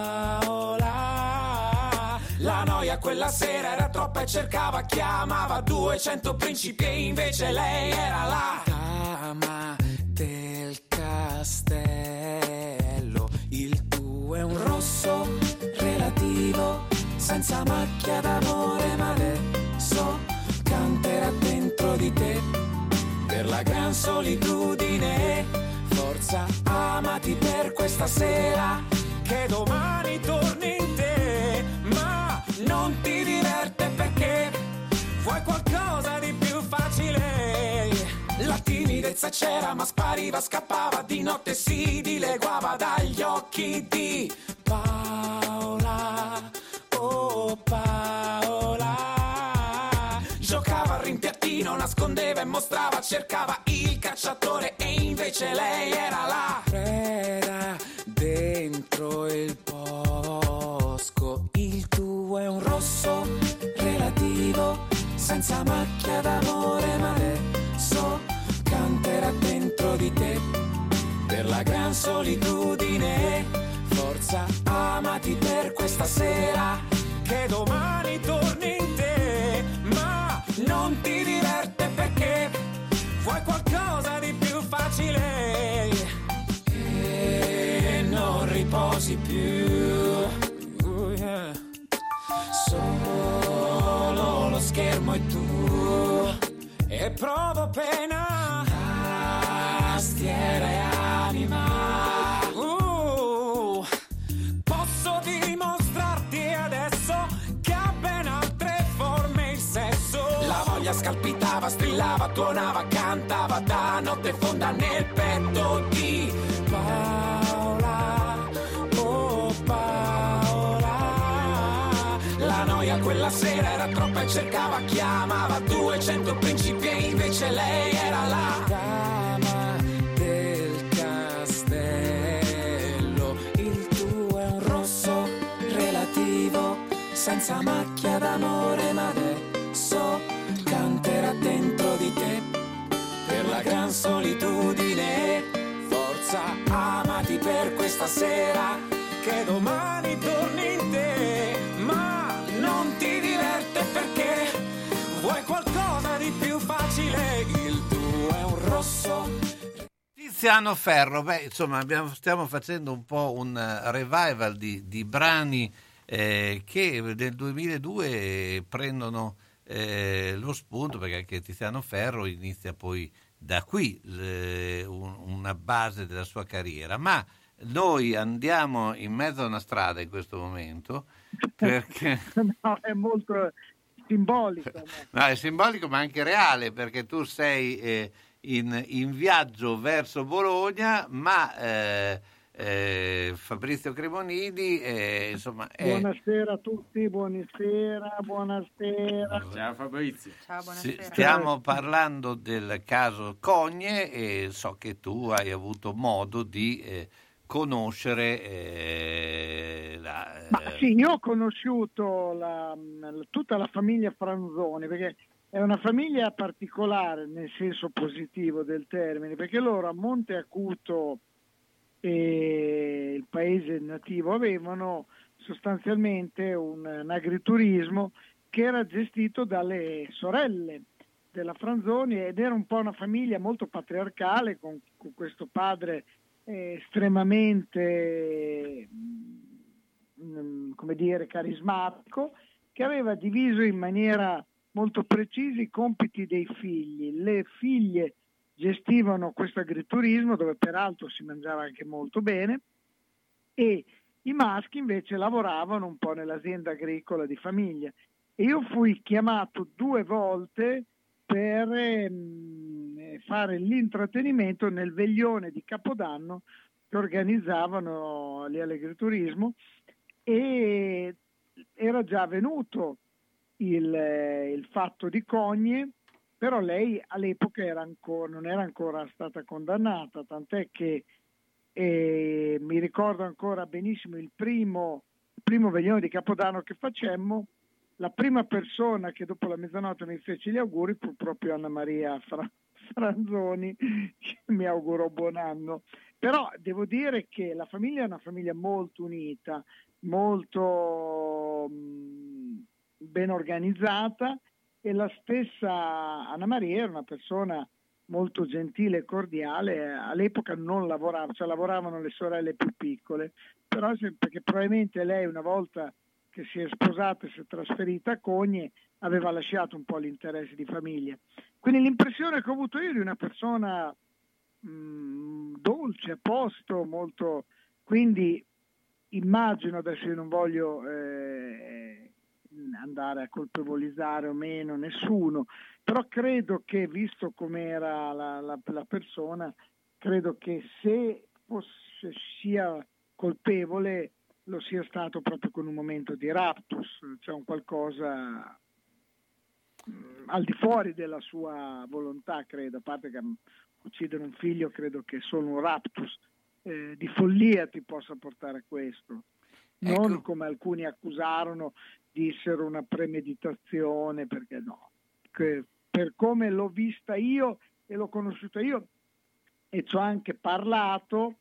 Paola. La noia quella sera era troppa e cercava, chiamava 200 principi e invece lei era la dama del castello. Il tuo è un rosso relativo, senza macchia d'amore, ma adesso canterà dentro di te per la gran solitudine. Forza, amati per questa sera, che domani torni in te, ma non ti diverte perché vuoi qualcosa di più facile. La timidezza c'era ma spariva, scappava, di notte si dileguava dagli occhi di Paola, oh Paola. Giocava al rimpiattino, nascondeva e mostrava, cercava il cacciatore e invece lei era la preda dentro il bosco. Il tuo è un rosso relativo, senza macchia d'amore, ma adesso canterà dentro di te per la gran solitudine. Forza, amati per questa sera, che domani torni in te, ma non ti diverte perché vuoi qualcosa di più facile e non riposi più. Solo lo schermo è tu e provo pena, tastiera e anima. Posso dimostrarti adesso che ha ben altre forme il sesso. La voglia scalpitava, strillava, tuonava, cantava da notte fonda nel petto di Paola, oh Paola. La noia quella sera era troppa e cercava, chiamava 200 principi e invece lei era la dama del castello. Il tuo è un rosso relativo, senza macchia d'amore, ma adesso canterà dentro di te per la gran solitudine. Forza, amati per questa sera, che domani torni in te, ma non ti diverte perché vuoi qualcosa di più facile. Il tuo è un rosso. Tiziano Ferro, insomma stiamo facendo un po' un revival di brani che nel 2002 prendono lo spunto, perché anche Tiziano Ferro inizia poi da qui una base della sua carriera, ma noi andiamo in mezzo a una strada in questo momento perché no, è molto simbolico. No, è simbolico ma anche reale, perché tu sei in viaggio verso Bologna, ma Fabrizio Cremonini insomma buonasera a tutti, buonasera. Ciao Fabrizio. Ciao, buonasera. Stiamo parlando del caso Cogne e so che tu hai avuto modo di conoscere Sì, io ho conosciuto tutta la famiglia Franzoni, perché è una famiglia particolare nel senso positivo del termine, perché loro a Monte Acuto e il paese nativo avevano sostanzialmente un agriturismo che era gestito dalle sorelle della Franzoni, ed era un po' una famiglia molto patriarcale, con questo padre estremamente come dire carismatico, che aveva diviso in maniera molto precisa i compiti dei figli. Le figlie gestivano questo agriturismo, dove peraltro si mangiava anche molto bene, e i maschi invece lavoravano un po' nell'azienda agricola di famiglia. E io fui chiamato 2 volte per fare l'intrattenimento nel veglione di Capodanno che organizzavano lì all'agriturismo, e era già avvenuto il fatto di Cogne, però lei all'epoca non era ancora stata condannata, tant'è che mi ricordo ancora benissimo il primo veglione di Capodanno che facemmo. La prima persona che dopo la mezzanotte mi fece gli auguri fu proprio Anna Maria Franzoni, che mi augurò buon anno. Però devo dire che la famiglia è una famiglia molto unita, molto ben organizzata, e la stessa Anna Maria era una persona molto gentile e cordiale. All'epoca non lavorava, cioè lavoravano le sorelle più piccole, però perché probabilmente lei, una volta che si è sposata e si è trasferita a Cogne, aveva lasciato un po' l'interesse di famiglia. Quindi l'impressione che ho avuto io di una persona dolce, a posto, molto. Quindi immagino, adesso io non voglio andare a colpevolizzare o meno nessuno, però credo che, visto com'era la persona, credo che se sia colpevole lo sia stato proprio con un momento di raptus, cioè un qualcosa al di fuori della sua volontà, credo, a parte che uccidere un figlio credo che solo un raptus di follia ti possa portare a questo, non come alcuni accusarono, dissero una premeditazione, perché no, che per come l'ho vista io e l'ho conosciuta io e ci ho anche parlato,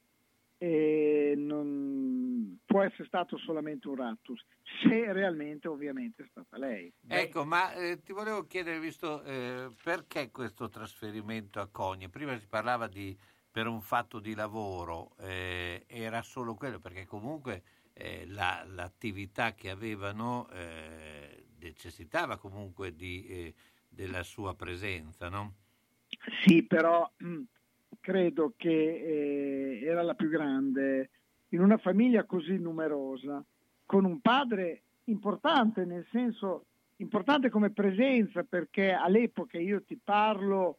non può essere stato solamente un raptus, se realmente ovviamente è stata lei. Ecco, ma ti volevo chiedere, visto perché questo trasferimento a Cogne? Prima si parlava per un fatto di lavoro, era solo quello, perché comunque l'attività che avevano necessitava comunque della sua presenza, no? Sì, però credo che era la più grande in una famiglia così numerosa, con un padre importante, nel senso importante come presenza, perché all'epoca, io ti parlo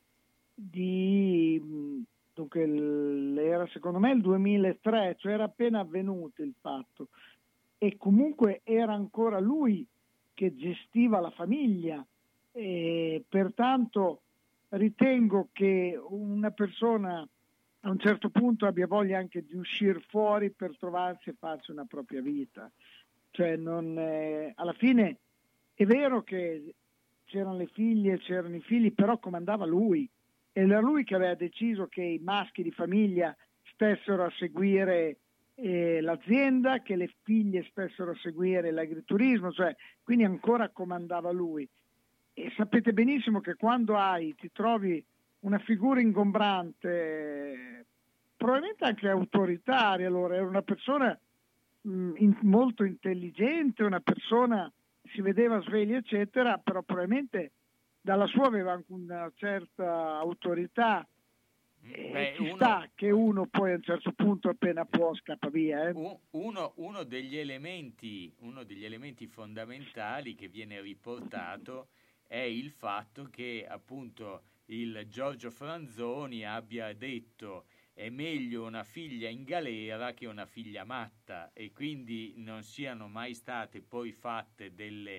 dunque era secondo me il 2003, cioè era appena avvenuto il fatto, e comunque era ancora lui che gestiva la famiglia, e pertanto ritengo che una persona a un certo punto abbia voglia anche di uscire fuori per trovarsi e farsi una propria vita. Cioè alla fine è vero che c'erano le figlie, c'erano i figli, però comandava lui, e era lui che aveva deciso che i maschi di famiglia stessero a seguire l'azienda, che le figlie stessero a seguire l'agriturismo, cioè quindi ancora comandava lui. E sapete benissimo che quando ti trovi una figura ingombrante, probabilmente anche autoritaria, allora era una persona molto intelligente, una persona si vedeva sveglia eccetera, però probabilmente dalla sua aveva anche una certa autorità. Sta che uno poi a un certo punto appena può scappa via. Uno degli elementi fondamentali che viene riportato è il fatto che appunto il Giorgio Franzoni abbia detto: è meglio una figlia in galera che una figlia matta, e quindi non siano mai state poi fatte delle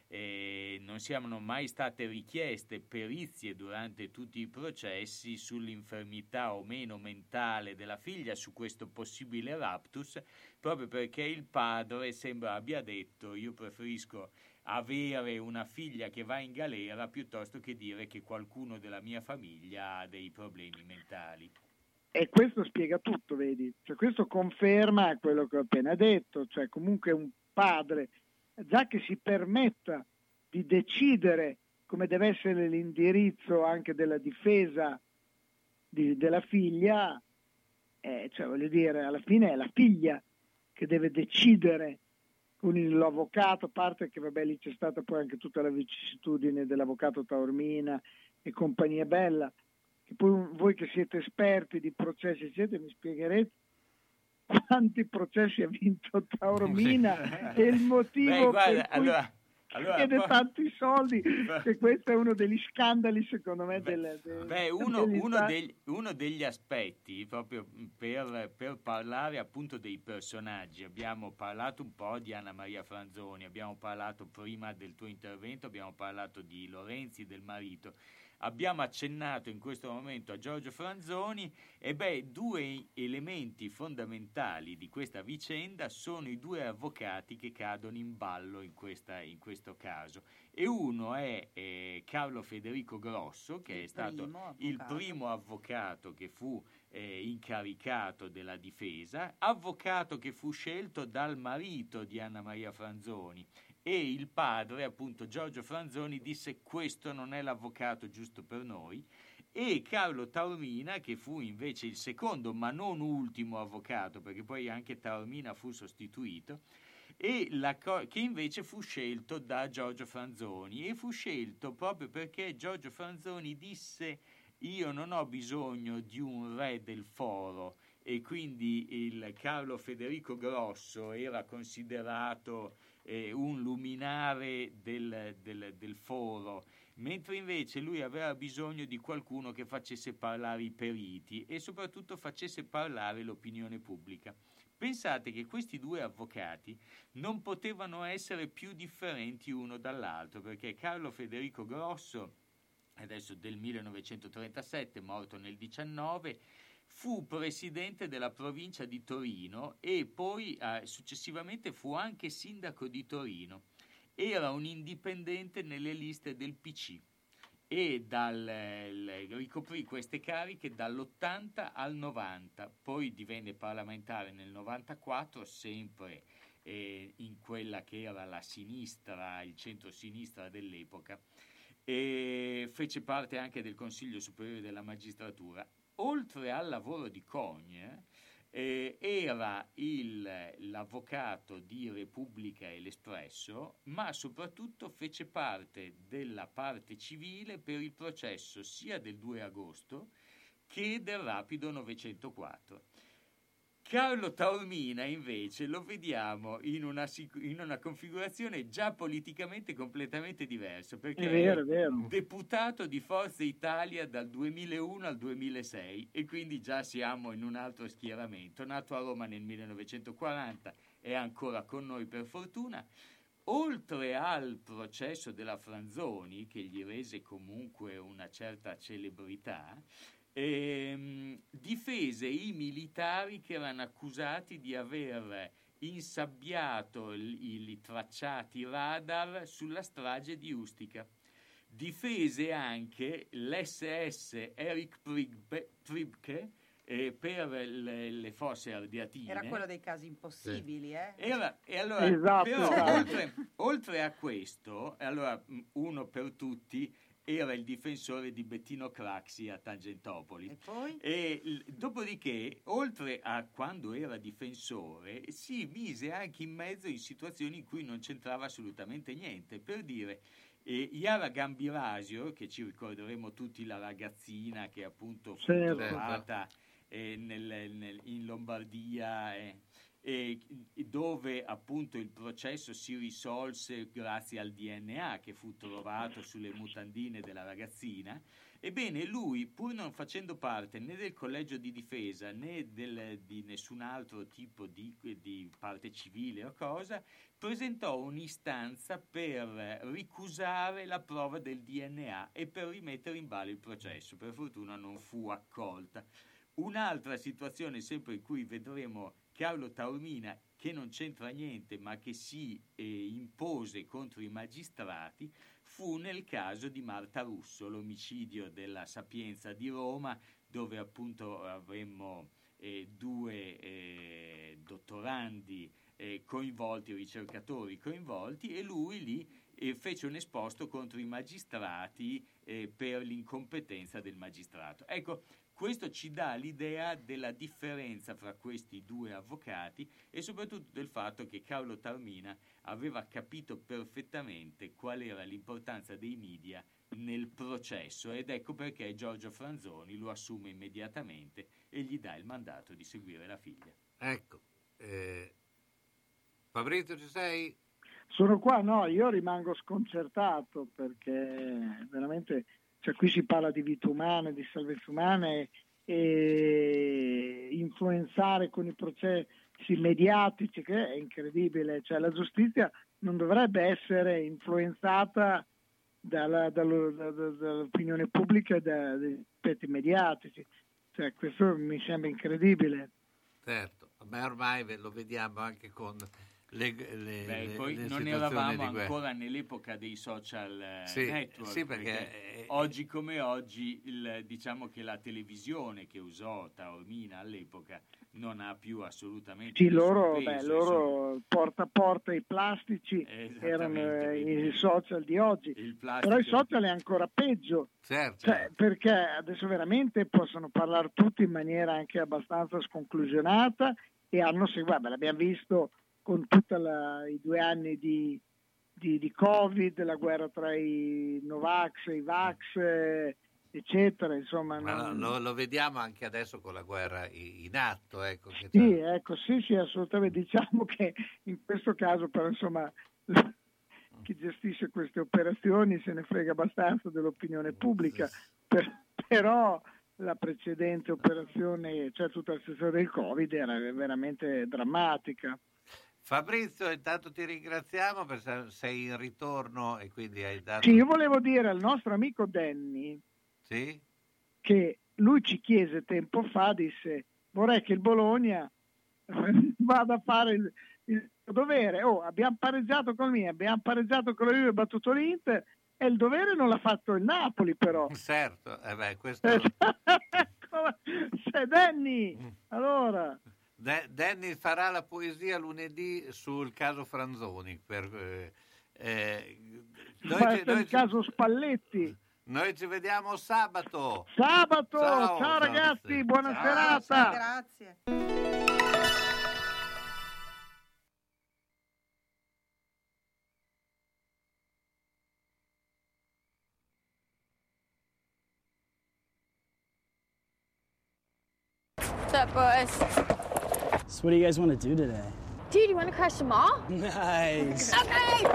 non siano mai state richieste perizie durante tutti i processi sull'infermità o meno mentale della figlia, su questo possibile raptus, proprio perché il padre sembra abbia detto: io preferisco avere una figlia che va in galera piuttosto che dire che qualcuno della mia famiglia ha dei problemi mentali. E questo spiega tutto, vedi? Cioè, questo conferma quello che ho appena detto, cioè comunque un padre, già che si permetta di decidere come deve essere l'indirizzo anche della difesa della figlia, cioè voglio dire, alla fine è la figlia che deve decidere con l'avvocato, a parte che vabbè lì c'è stata poi anche tutta la vicissitudine dell'avvocato Taormina e compagnia bella, che poi voi che siete esperti di processi mi spiegherete quanti processi ha vinto Taormina e il motivo per cui chiede tanti soldi, che questo è uno degli scandali secondo me uno degli aspetti proprio per parlare appunto dei personaggi. Abbiamo parlato un po' di Anna Maria Franzoni, abbiamo parlato prima del tuo intervento, abbiamo parlato di Lorenzi, del marito. Abbiamo accennato in questo momento a Giorgio Franzoni e due elementi fondamentali di questa vicenda sono i due avvocati che cadono in ballo in questo caso, e uno è Carlo Federico Grosso, che è stato il primo avvocato che fu incaricato della difesa, avvocato che fu scelto dal marito di Anna Maria Franzoni. E il padre, appunto Giorgio Franzoni, disse: questo non è l'avvocato giusto per noi. E Carlo Taormina, che fu invece il secondo ma non ultimo avvocato, perché poi anche Taormina fu sostituito, che invece fu scelto da Giorgio Franzoni, e fu scelto proprio perché Giorgio Franzoni disse: io non ho bisogno di un re del foro. E quindi il Carlo Federico Grosso era considerato un luminare del foro, mentre invece lui aveva bisogno di qualcuno che facesse parlare i periti e soprattutto facesse parlare l'opinione pubblica. Pensate che questi due avvocati non potevano essere più differenti uno dall'altro, perché Carlo Federico Grosso, adesso del 1937, morto nel 19, fu presidente della provincia di Torino e poi successivamente fu anche sindaco di Torino. Era un indipendente nelle liste del PC e ricoprì queste cariche dall'80 al 90, poi divenne parlamentare nel 94, sempre in quella che era la sinistra, il centro-sinistra dell'epoca, e fece parte anche del Consiglio Superiore della Magistratura. Oltre al lavoro di Cogne, era l'avvocato di Repubblica e l'Espresso, ma soprattutto fece parte della parte civile per il processo sia del 2 agosto che del Rapido 904. Carlo Taormina invece lo vediamo in una configurazione già politicamente completamente diversa, perché è vero. Deputato di Forza Italia dal 2001 al 2006 e quindi già siamo in un altro schieramento. Nato a Roma nel 1940, è ancora con noi per fortuna. Oltre al processo della Franzoni, che gli rese comunque una certa celebrità, difese i militari che erano accusati di aver insabbiato i tracciati radar sulla strage di Ustica. Difese anche l'SS Erich Priebke per le fosse ardeatine. Era quello dei casi impossibili, Oltre a questo, allora uno per tutti, era il difensore di Bettino Craxi a Tangentopoli. E poi? Dopodiché, oltre a quando era difensore, si mise anche in mezzo in situazioni in cui non c'entrava assolutamente niente. Per dire, Iara Gambirasio, che ci ricorderemo tutti, la ragazzina che appunto fu trovata in Lombardia, dove appunto il processo si risolse grazie al DNA che fu trovato sulle mutandine della ragazzina. Ebbene, lui, pur non facendo parte né del collegio di difesa né di nessun altro tipo di parte civile o cosa, presentò un'istanza per ricusare la prova del DNA e per rimettere in ballo il processo. Per fortuna non fu accolta. Un'altra situazione sempre in cui vedremo Carlo Taormina, che non c'entra niente ma che si impose contro i magistrati, fu nel caso di Marta Russo, l'omicidio della Sapienza di Roma, dove appunto avremmo due dottorandi coinvolti, ricercatori coinvolti, e lui lì fece un esposto contro i magistrati per l'incompetenza del magistrato. Ecco, questo ci dà l'idea della differenza fra questi due avvocati e soprattutto del fatto che Carlo Taormina aveva capito perfettamente qual era l'importanza dei media nel processo, ed ecco perché Giorgio Franzoni lo assume immediatamente e gli dà il mandato di seguire la figlia. Ecco, Fabrizio, ci sei? Sono qua, no, io rimango sconcertato perché veramente, cioè, qui si parla di vite umane, di salvezza umane, e influenzare con i processi mediatici, che è incredibile, cioè la giustizia non dovrebbe essere influenzata dall'opinione pubblica e dagli aspetti mediatici, cioè questo mi sembra incredibile. Certo, ma ormai lo vediamo anche con poi non eravamo ancora nell'epoca dei social network, sì, perché oggi come oggi diciamo che la televisione che usò Taormina all'epoca non ha più assolutamente loro peso, porta a porta i plastici erano i social di oggi, però i social è ancora peggio, certo. Cioè, perché adesso veramente possono parlare tutti in maniera anche abbastanza sconclusionata e hanno seguito, l'abbiamo visto con tutti i 2 anni di Covid, la guerra tra i Novax e i Vax, eccetera, insomma. Lo vediamo anche adesso con la guerra in atto. Ecco, sì, assolutamente. Diciamo che in questo caso, però, insomma, chi gestisce queste operazioni se ne frega abbastanza dell'opinione pubblica, però la precedente operazione, cioè tutta la situazione del Covid, era veramente drammatica. Fabrizio, intanto ti ringraziamo perché sei in ritorno e quindi hai dato... Sì, io volevo dire al nostro amico Danny che lui ci chiese tempo fa, disse: vorrei che il Bologna vada a fare il dovere. Abbiamo pareggiato con il Milan, abbiamo pareggiato con la Juve e battuto l'Inter, e il dovere non l'ha fatto il Napoli, però. Certo, questo... Sei Danny, allora... Danny farà la poesia lunedì sul caso Franzoni. Il caso Spalletti. Noi ci vediamo sabato. Ciao ragazzi, buona serata. Grazie. What's up, boys? So what do you guys want to do today? Dude, you want to crash the mall? Nice. Okay.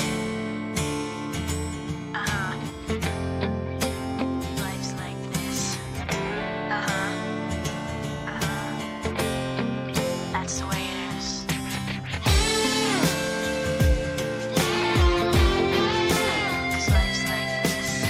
Life's like this. That's the way it is. Cause life's like this.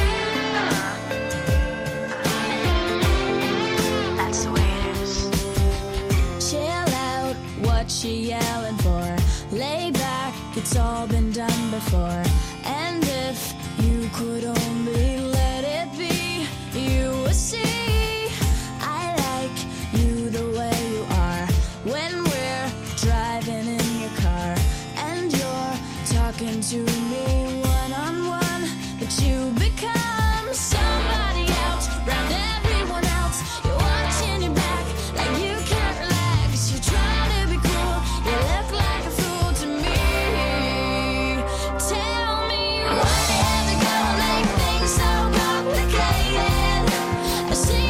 That's the way it is. Chill out, what you yelling for? Lay back, it's all been done before. And if you could only let it be, you would see I like you the way you are. When we're driving in your car and you're talking to me one-on-one, but you become somebody else, round everyone else. You're watching your back like you can't relax. You're trying to be cool, you look like a fool to me. Tell me why you have to go make things so complicated. I see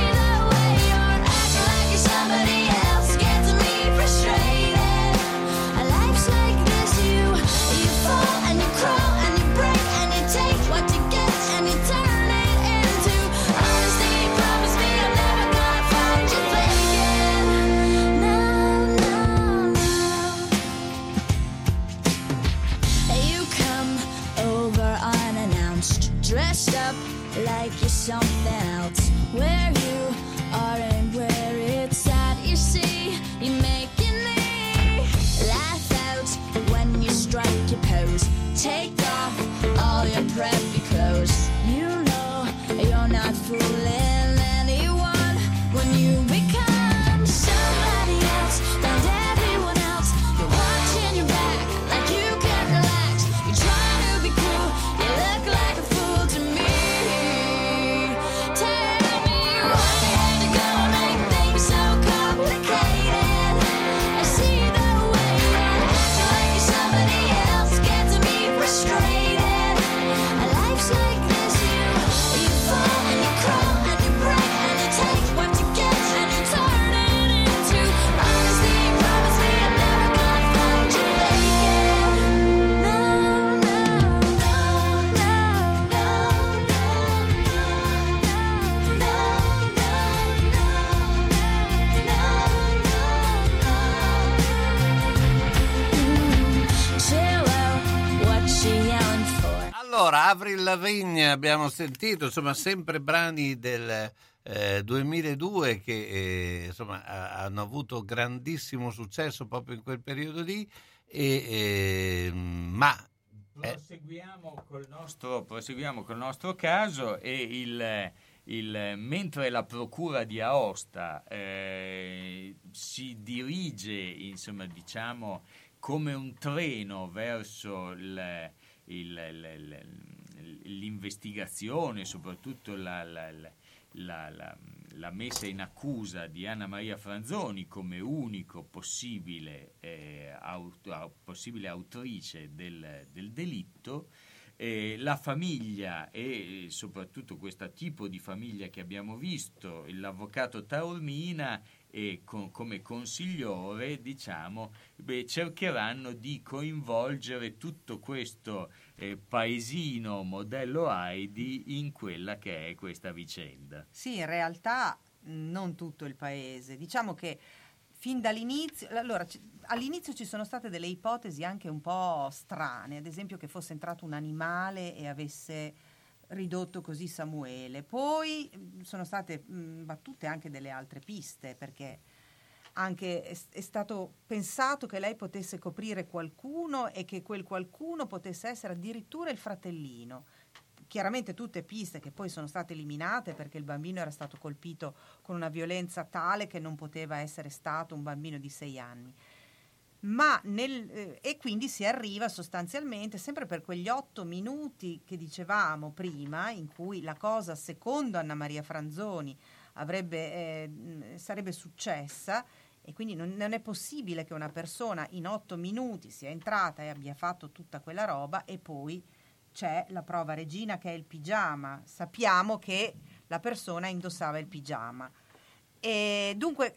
like you're something else. Where you are and where it's at, you see, you're making me laugh out when you strike your pose. Take off all your preppy clothes. You know you're not fooling anyone when you become somebody else. And everyone else, you're watching your back like you can't relax. You're trying to be cool, you look like a fool to me. Tell me why you had to go and make things so complicated. I see the way you act like you're somebody else, gets me frustrated. Life's like this, you fall and you crawl and you break and you take what you get and you turn it into honesty. Promise me I'm never gonna find you naked. No, no, no, no, no, what she yelling for? Allora, Avril Lavigne abbiamo sentito, insomma, sempre brani del 2002 che insomma hanno avuto grandissimo successo proprio in quel periodo lì, ma proseguiamo col nostro caso e mentre la procura di Aosta si dirige, insomma, diciamo, come un treno verso l'investigazione, soprattutto la messa in accusa di Anna Maria Franzoni come unico possibile autrice del delitto. La famiglia e soprattutto questo tipo di famiglia che abbiamo visto, l'avvocato Taormina come consigliore, diciamo, cercheranno di coinvolgere tutto questo paesino modello Heidi in quella che è questa vicenda. Sì, in realtà non tutto il paese. Diciamo che fin dall'inizio, all'inizio ci sono state delle ipotesi anche un po' strane, ad esempio che fosse entrato un animale e avesse ridotto così Samuele. Poi sono state battute anche delle altre piste, perché anche è stato pensato che lei potesse coprire qualcuno e che quel qualcuno potesse essere addirittura il fratellino. Chiaramente tutte piste che poi sono state eliminate perché il bambino era stato colpito con una violenza tale che non poteva essere stato un bambino di 6 anni. E quindi si arriva sostanzialmente sempre per quegli 8 minuti che dicevamo prima, in cui la cosa, secondo Anna Maria Franzoni, sarebbe successa, e quindi non è possibile che una persona in 8 minuti sia entrata e abbia fatto tutta quella roba. E poi c'è la prova regina, che è il pigiama. Sappiamo che la persona indossava il pigiama e dunque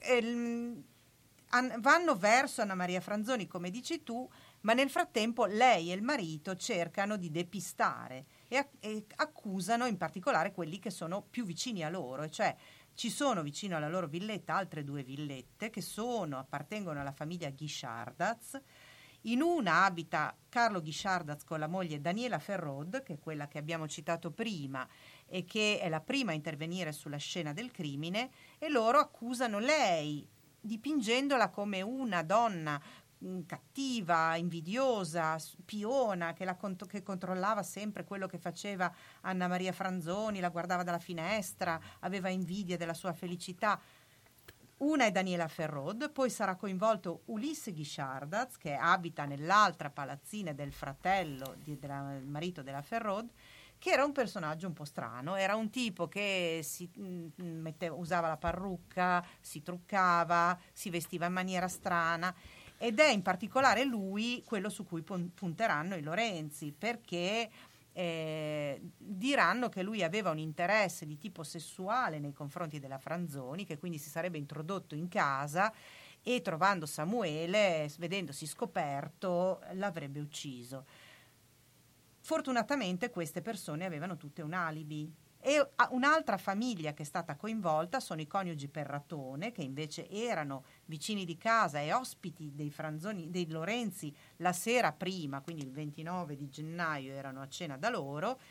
vanno verso Anna Maria Franzoni, come dici tu, ma nel frattempo lei e il marito cercano di depistare e accusano in particolare quelli che sono più vicini a loro, e cioè ci sono vicino alla loro villetta altre 2 villette che appartengono alla famiglia Guichardaz. In una abita Carlo Guichardaz con la moglie Daniela Ferrod, che è quella che abbiamo citato prima e che è la prima a intervenire sulla scena del crimine, e loro accusano lei, dipingendola come una donna cattiva, invidiosa, spiona, che controllava sempre quello che faceva Anna Maria Franzoni, la guardava dalla finestra, aveva invidia della sua felicità. Una è Daniela Ferrod, poi sarà coinvolto Ulisse Guichardaz, che abita nell'altra palazzina del fratello del marito della Ferrod, che era un personaggio un po' strano. Era un tipo che usava la parrucca, si truccava, si vestiva in maniera strana, ed è in particolare lui quello su cui punteranno i Lorenzi, perché diranno che lui aveva un interesse di tipo sessuale nei confronti della Franzoni, che quindi si sarebbe introdotto in casa e, trovando Samuele, vedendosi scoperto, l'avrebbe ucciso. Fortunatamente queste persone avevano tutte un alibi. E un'altra famiglia che è stata coinvolta sono i coniugi Perratone, che invece erano vicini di casa e ospiti dei Franzoni, dei Lorenzi, la sera prima, quindi il 29 di gennaio erano a cena da loro,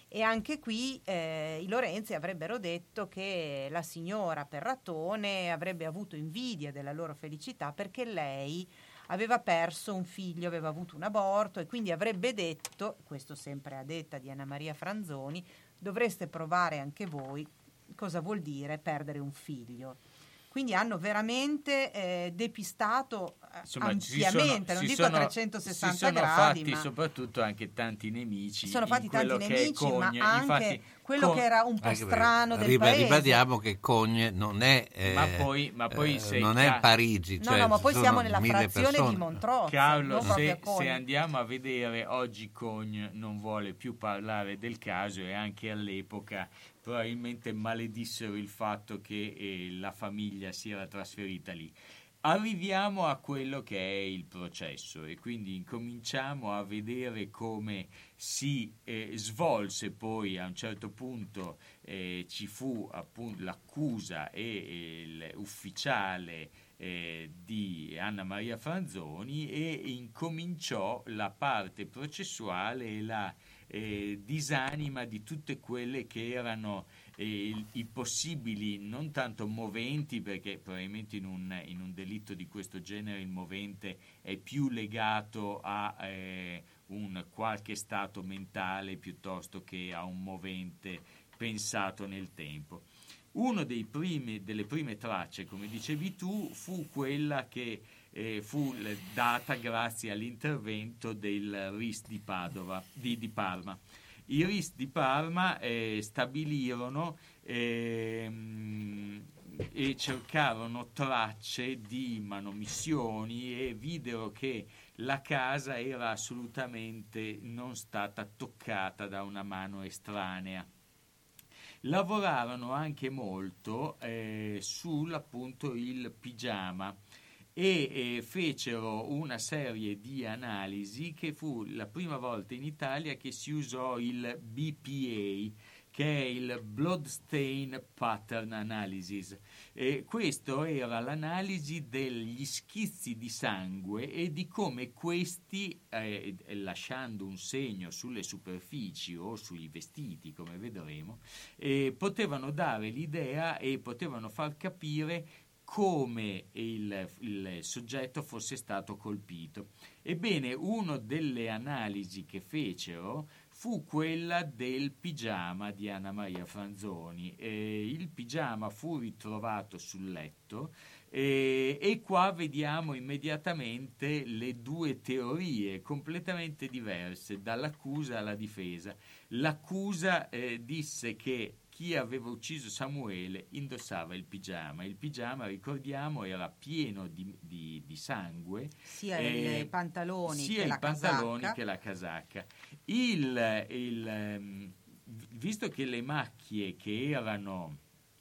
E anche qui i Lorenzi avrebbero detto che la signora Perratone avrebbe avuto invidia della loro felicità perché lei aveva perso un figlio, aveva avuto un aborto, e quindi avrebbe detto, questo sempre a detta di Anna Maria Franzoni, dovreste provare anche voi cosa vuol dire perdere un figlio. Quindi hanno veramente depistato ampiamente, non dico a 360 gradi, fatti ma soprattutto anche tanti nemici. sono fatti tanti nemici, Cogne. ma anche Infatti, quello che era un po' strano del paese. Ribadiamo che Cogne non è ma poi se non è Parigi, No, cioè no, ma poi sono siamo nella 1000 frazione persone. di Montrose. Carlo, non proprio a se Cogne. andiamo a vedere oggi, Cogne non vuole più parlare del caso, e anche all'epoca probabilmente maledissero il fatto che la famiglia si era trasferita lì. Arriviamo a quello che è il processo, e quindi incominciamo a vedere come si svolse poi. A un certo punto ci fu appunto l'accusa e l'ufficiale di Anna Maria Franzoni, e incominciò la parte processuale e la disanima di tutte quelle che erano i possibili, non tanto moventi, perché probabilmente in un delitto di questo genere il movente è più legato a un qualche stato mentale piuttosto che a un movente pensato nel tempo. Uno delle prime tracce, come dicevi tu, fu quella che fu data grazie all'intervento del RIS di Parma. I RIS di Parma stabilirono e cercarono tracce di manomissioni e videro che la casa era assolutamente non stata toccata da una mano estranea. Lavorarono anche molto sull'appunto il pigiama e fecero una serie di analisi, che fu la prima volta in Italia che si usò il BPA, che è il Blood Stain Pattern Analysis. Questo era l'analisi degli schizzi di sangue e di come questi, lasciando un segno sulle superfici o sui vestiti, come vedremo, potevano dare l'idea e potevano far capire come il soggetto fosse stato colpito. Ebbene, una delle analisi che fecero fu quella del pigiama di Anna Maria Franzoni. Il pigiama fu ritrovato sul letto e qua vediamo immediatamente le due teorie completamente diverse dall'accusa alla difesa. L'accusa disse che chi aveva ucciso Samuele indossava il pigiama. Il pigiama, ricordiamo, era pieno di sangue. Sia i pantaloni sia che la i pantaloni casacca. che la casacca. Visto che le macchie che erano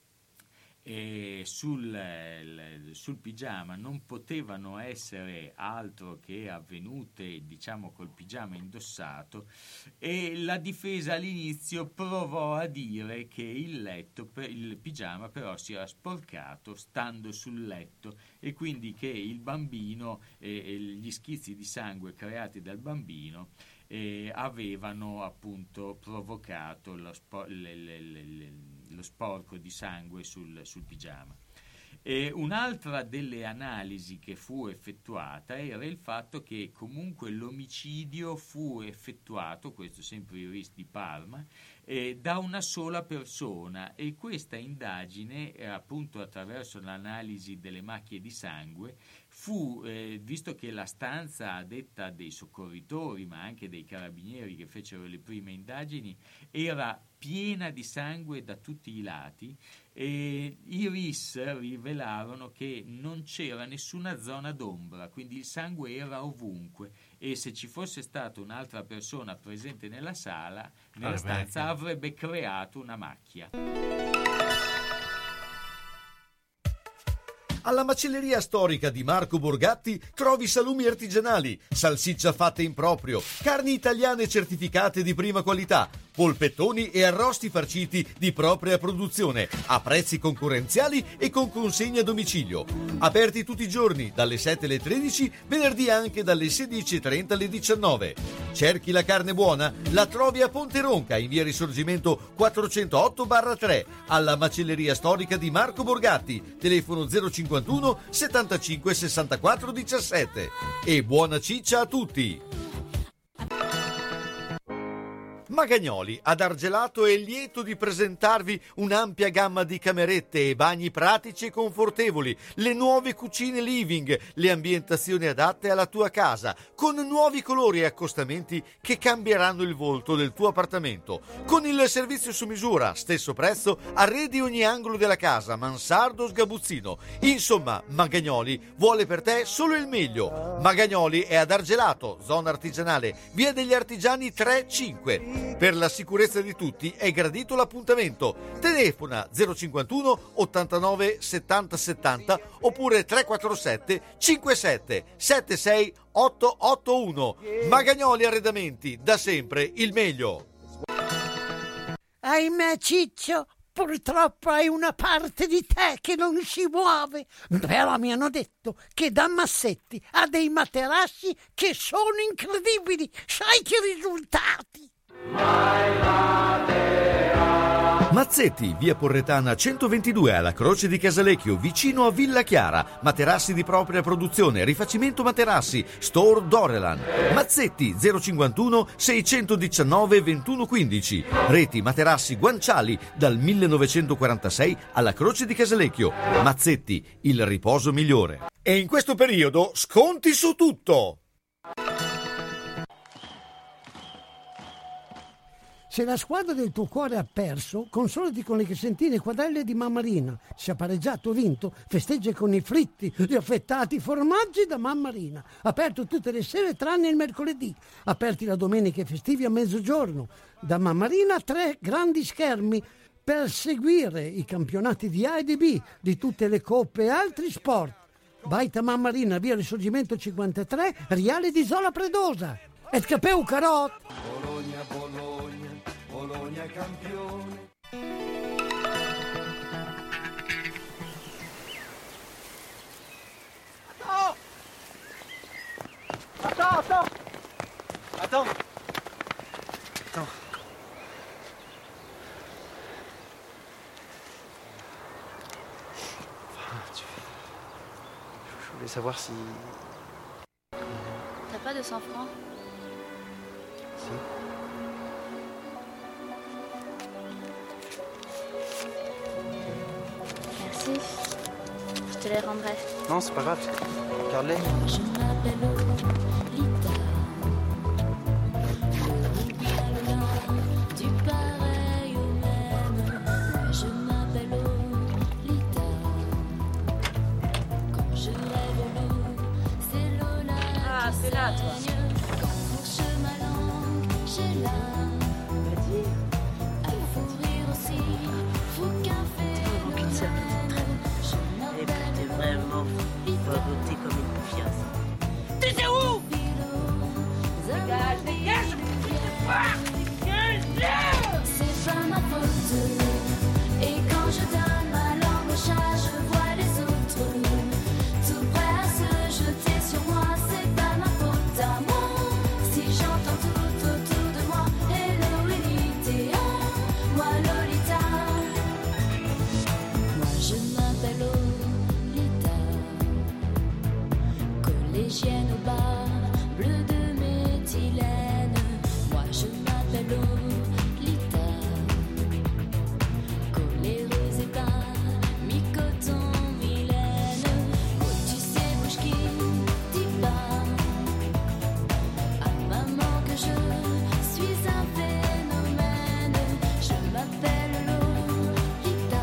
sul pigiama non potevano essere altro che avvenute, diciamo, col pigiama indossato, e la difesa all'inizio provò a dire che il pigiama però si era sporcato stando sul letto, e quindi che il bambino gli schizzi di sangue creati dal bambino avevano appunto provocato lo sporco di sangue sul pigiama. Un'altra delle analisi che fu effettuata era il fatto che comunque l'omicidio fu effettuato, questo sempre il RIS di Parma, da una sola persona, e questa indagine, appunto attraverso l'analisi delle macchie di sangue, fu, visto che la stanza, a detta dei soccorritori ma anche dei carabinieri che fecero le prime indagini, era piena di sangue da tutti i lati, i RIS rivelarono che non c'era nessuna zona d'ombra, quindi il sangue era ovunque, e se ci fosse stata un'altra persona presente nella stanza, avrebbe creato una macchia. Alla macelleria storica di Marco Borgatti trovi salumi artigianali, salsiccia fatta in proprio, carni italiane certificate di prima qualità, polpettoni e arrosti farciti di propria produzione, a prezzi concorrenziali e con consegna a domicilio. Aperti tutti i giorni, dalle 7 alle 13, venerdì anche dalle 16:30 alle 19. Cerchi la carne buona? La trovi a Ponte Ronca, in via Risorgimento 408/3, alla macelleria storica di Marco Borgatti, telefono 051 75 64 17. E buona ciccia a tutti! Magagnoli ad Argelato è lieto di presentarvi un'ampia gamma di camerette e bagni pratici e confortevoli, le nuove cucine living, le ambientazioni adatte alla tua casa, con nuovi colori e accostamenti che cambieranno il volto del tuo appartamento. Con il servizio su misura, stesso prezzo, arredi ogni angolo della casa, mansardo, sgabuzzino. Insomma, Magagnoli vuole per te solo il meglio. Magagnoli è ad Argelato, zona artigianale, via degli Artigiani 3-5. Per la sicurezza di tutti è gradito l'appuntamento. Telefona 051 89 70 70 oppure 347 57 76 881. Magagnoli Arredamenti, da sempre il meglio. Ahimè, Ciccio, purtroppo hai una parte di te che non si muove. Però mi hanno detto che da Massetti ha dei materassi che sono incredibili. Sai che risultati? Mazzetti, via Porretana 122 alla Croce di Casalecchio, vicino a Villa Chiara. Materassi di propria produzione, rifacimento materassi, Store Dorelan. Mazzetti 051 619 2115. Reti materassi guanciali dal 1946 alla Croce di Casalecchio. Mazzetti, il riposo migliore. E in questo periodo sconti su tutto. Se la squadra del tuo cuore ha perso, consolati con le crescentine e quadrelle di Mammarina. Se ha pareggiato o vinto, festeggia con i fritti, gli affettati formaggi da Mammarina. Aperto tutte le sere tranne il mercoledì. Aperti la domenica e festivi a mezzogiorno. Da Mammarina 3 grandi schermi per seguire i campionati di A e di B, di tutte le coppe e altri sport. Baita Mammarina, via Risorgimento 53, Riale di Zola Predosa. Et capeu carot! Bologna, Bologna, Bologna è campione. Attends. Je voulais savoir si... T'as pas de 100 francs? Si. Merci. Je te les rendrai. Non, c'est pas grave. Garde-les. Je m'appelle Lolita. Du pareil au même. Je m'appelle Lolita. Quand je rêve l'eau, c'est Lola. Ah, c'est là, toi. Quand fourche ma langue, j'ai là. À fourrir aussi, faut qu'un phénomène. Je m'appelle T'es vraiment fagoté comme une confiance. T'étais où? Dégage, C'est pas ma faute. Et quand je donne ma langue au chat, je vois les autres tout prêts à se jeter sur moi. C'est pas ma faute à moi. Si j'entends tout autour de moi, hello Lolita, moi Lolita. Moi je m'appelle Lolita, collégienne au bar, bleu de méthylène. Moi je m'appelle Lolita, coléreuse et pas mi-coton, Mylène. Oh tu sais bouge qui dit pas à maman que je suis un phénomène. Je m'appelle Lolita,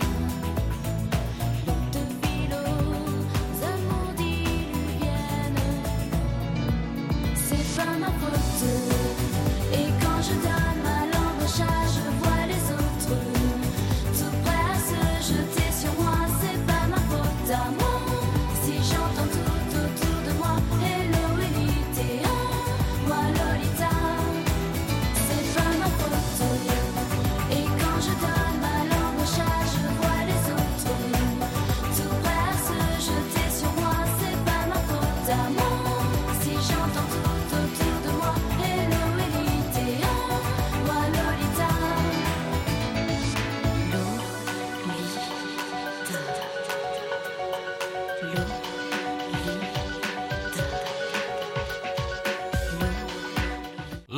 l'eau de ville aux amours diluviennes. C'est pas ma faute. Et quand je donne ma langue au chat, je vois les autres tout prêts à se jeter sur moi. C'est pas ma faute à moi. Si j'entends tout autour de moi, hello Lolita, moi Lolita. C'est pas ma faute.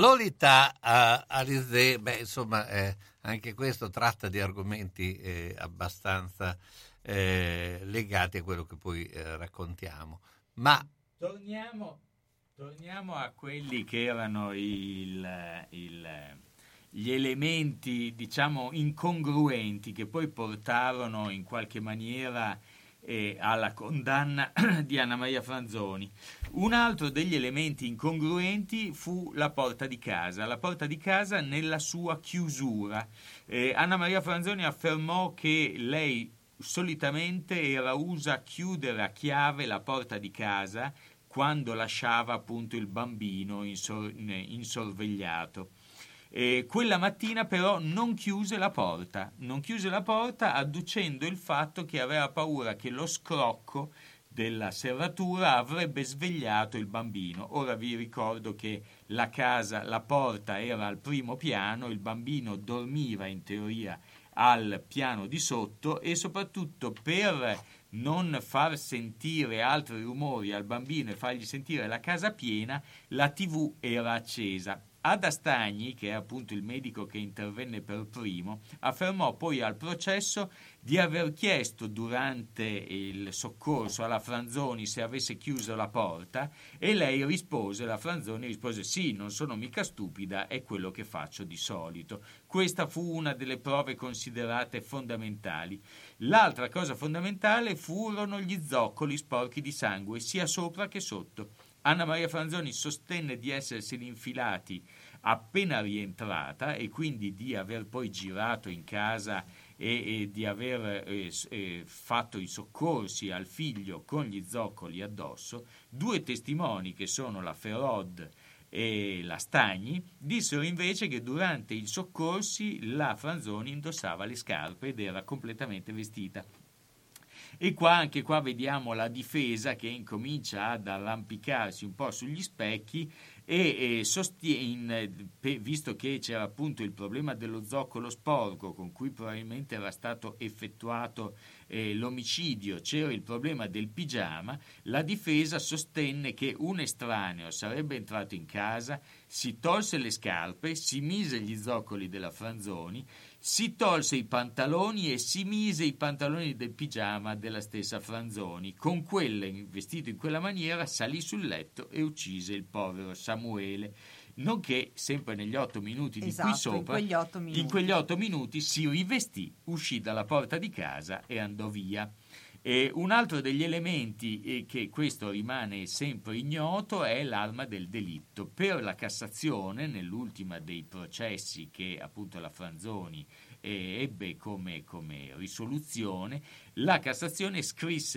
Lolita Alizé, insomma, anche questo tratta di argomenti abbastanza legati a quello che poi raccontiamo. Ma torniamo a quelli che erano gli elementi, diciamo, incongruenti che poi portarono in qualche maniera alla condanna di Anna Maria Franzoni. Un altro degli elementi incongruenti fu la porta di casa nella sua chiusura. Anna Maria Franzoni affermò che lei solitamente era usa chiudere a chiave la porta di casa quando lasciava appunto il bambino insorvegliato. Quella mattina però non chiuse la porta adducendo il fatto che aveva paura che lo scrocco della serratura avrebbe svegliato il bambino. Ora vi ricordo che la porta era al primo piano, il bambino dormiva in teoria al piano di sotto e soprattutto per non far sentire altri rumori al bambino e fargli sentire la casa piena, la TV era accesa. Ada Stagni, che è appunto il medico che intervenne per primo, affermò poi al processo di aver chiesto durante il soccorso alla Franzoni se avesse chiuso la porta e la Franzoni rispose sì, non sono mica stupida, è quello che faccio di solito. Questa fu una delle prove considerate fondamentali. L'altra cosa fondamentale furono gli zoccoli sporchi di sangue, sia sopra che sotto. Anna Maria Franzoni sostenne di esserseli infilati appena rientrata e quindi di aver poi girato in casa e di aver fatto i soccorsi al figlio con gli zoccoli addosso. Due testimoni, che sono la Ferod e la Stagni, dissero invece che durante i soccorsi la Franzoni indossava le scarpe ed era completamente vestita. E anche qua vediamo la difesa che incomincia ad arrampicarsi un po' sugli specchi e sostiene, visto che c'era appunto il problema dello zoccolo sporco con cui probabilmente era stato effettuato l'omicidio, c'era il problema del pigiama, la difesa sostenne che un estraneo sarebbe entrato in casa, si tolse le scarpe, si mise gli zoccoli della Franzoni, si tolse i pantaloni e si mise i pantaloni del pigiama della stessa Franzoni. Con quelle, vestito in quella maniera, salì sul letto e uccise il povero Samuele. Nonché, sempre negli 8 minuti di qui sopra, in quegli 8 minuti si rivestì, uscì dalla porta di casa e andò via. Un altro degli elementi che questo rimane sempre ignoto è l'arma del delitto. Per la Cassazione, nell'ultima dei processi che appunto la Franzoni ebbe come risoluzione, la Cassazione scrisse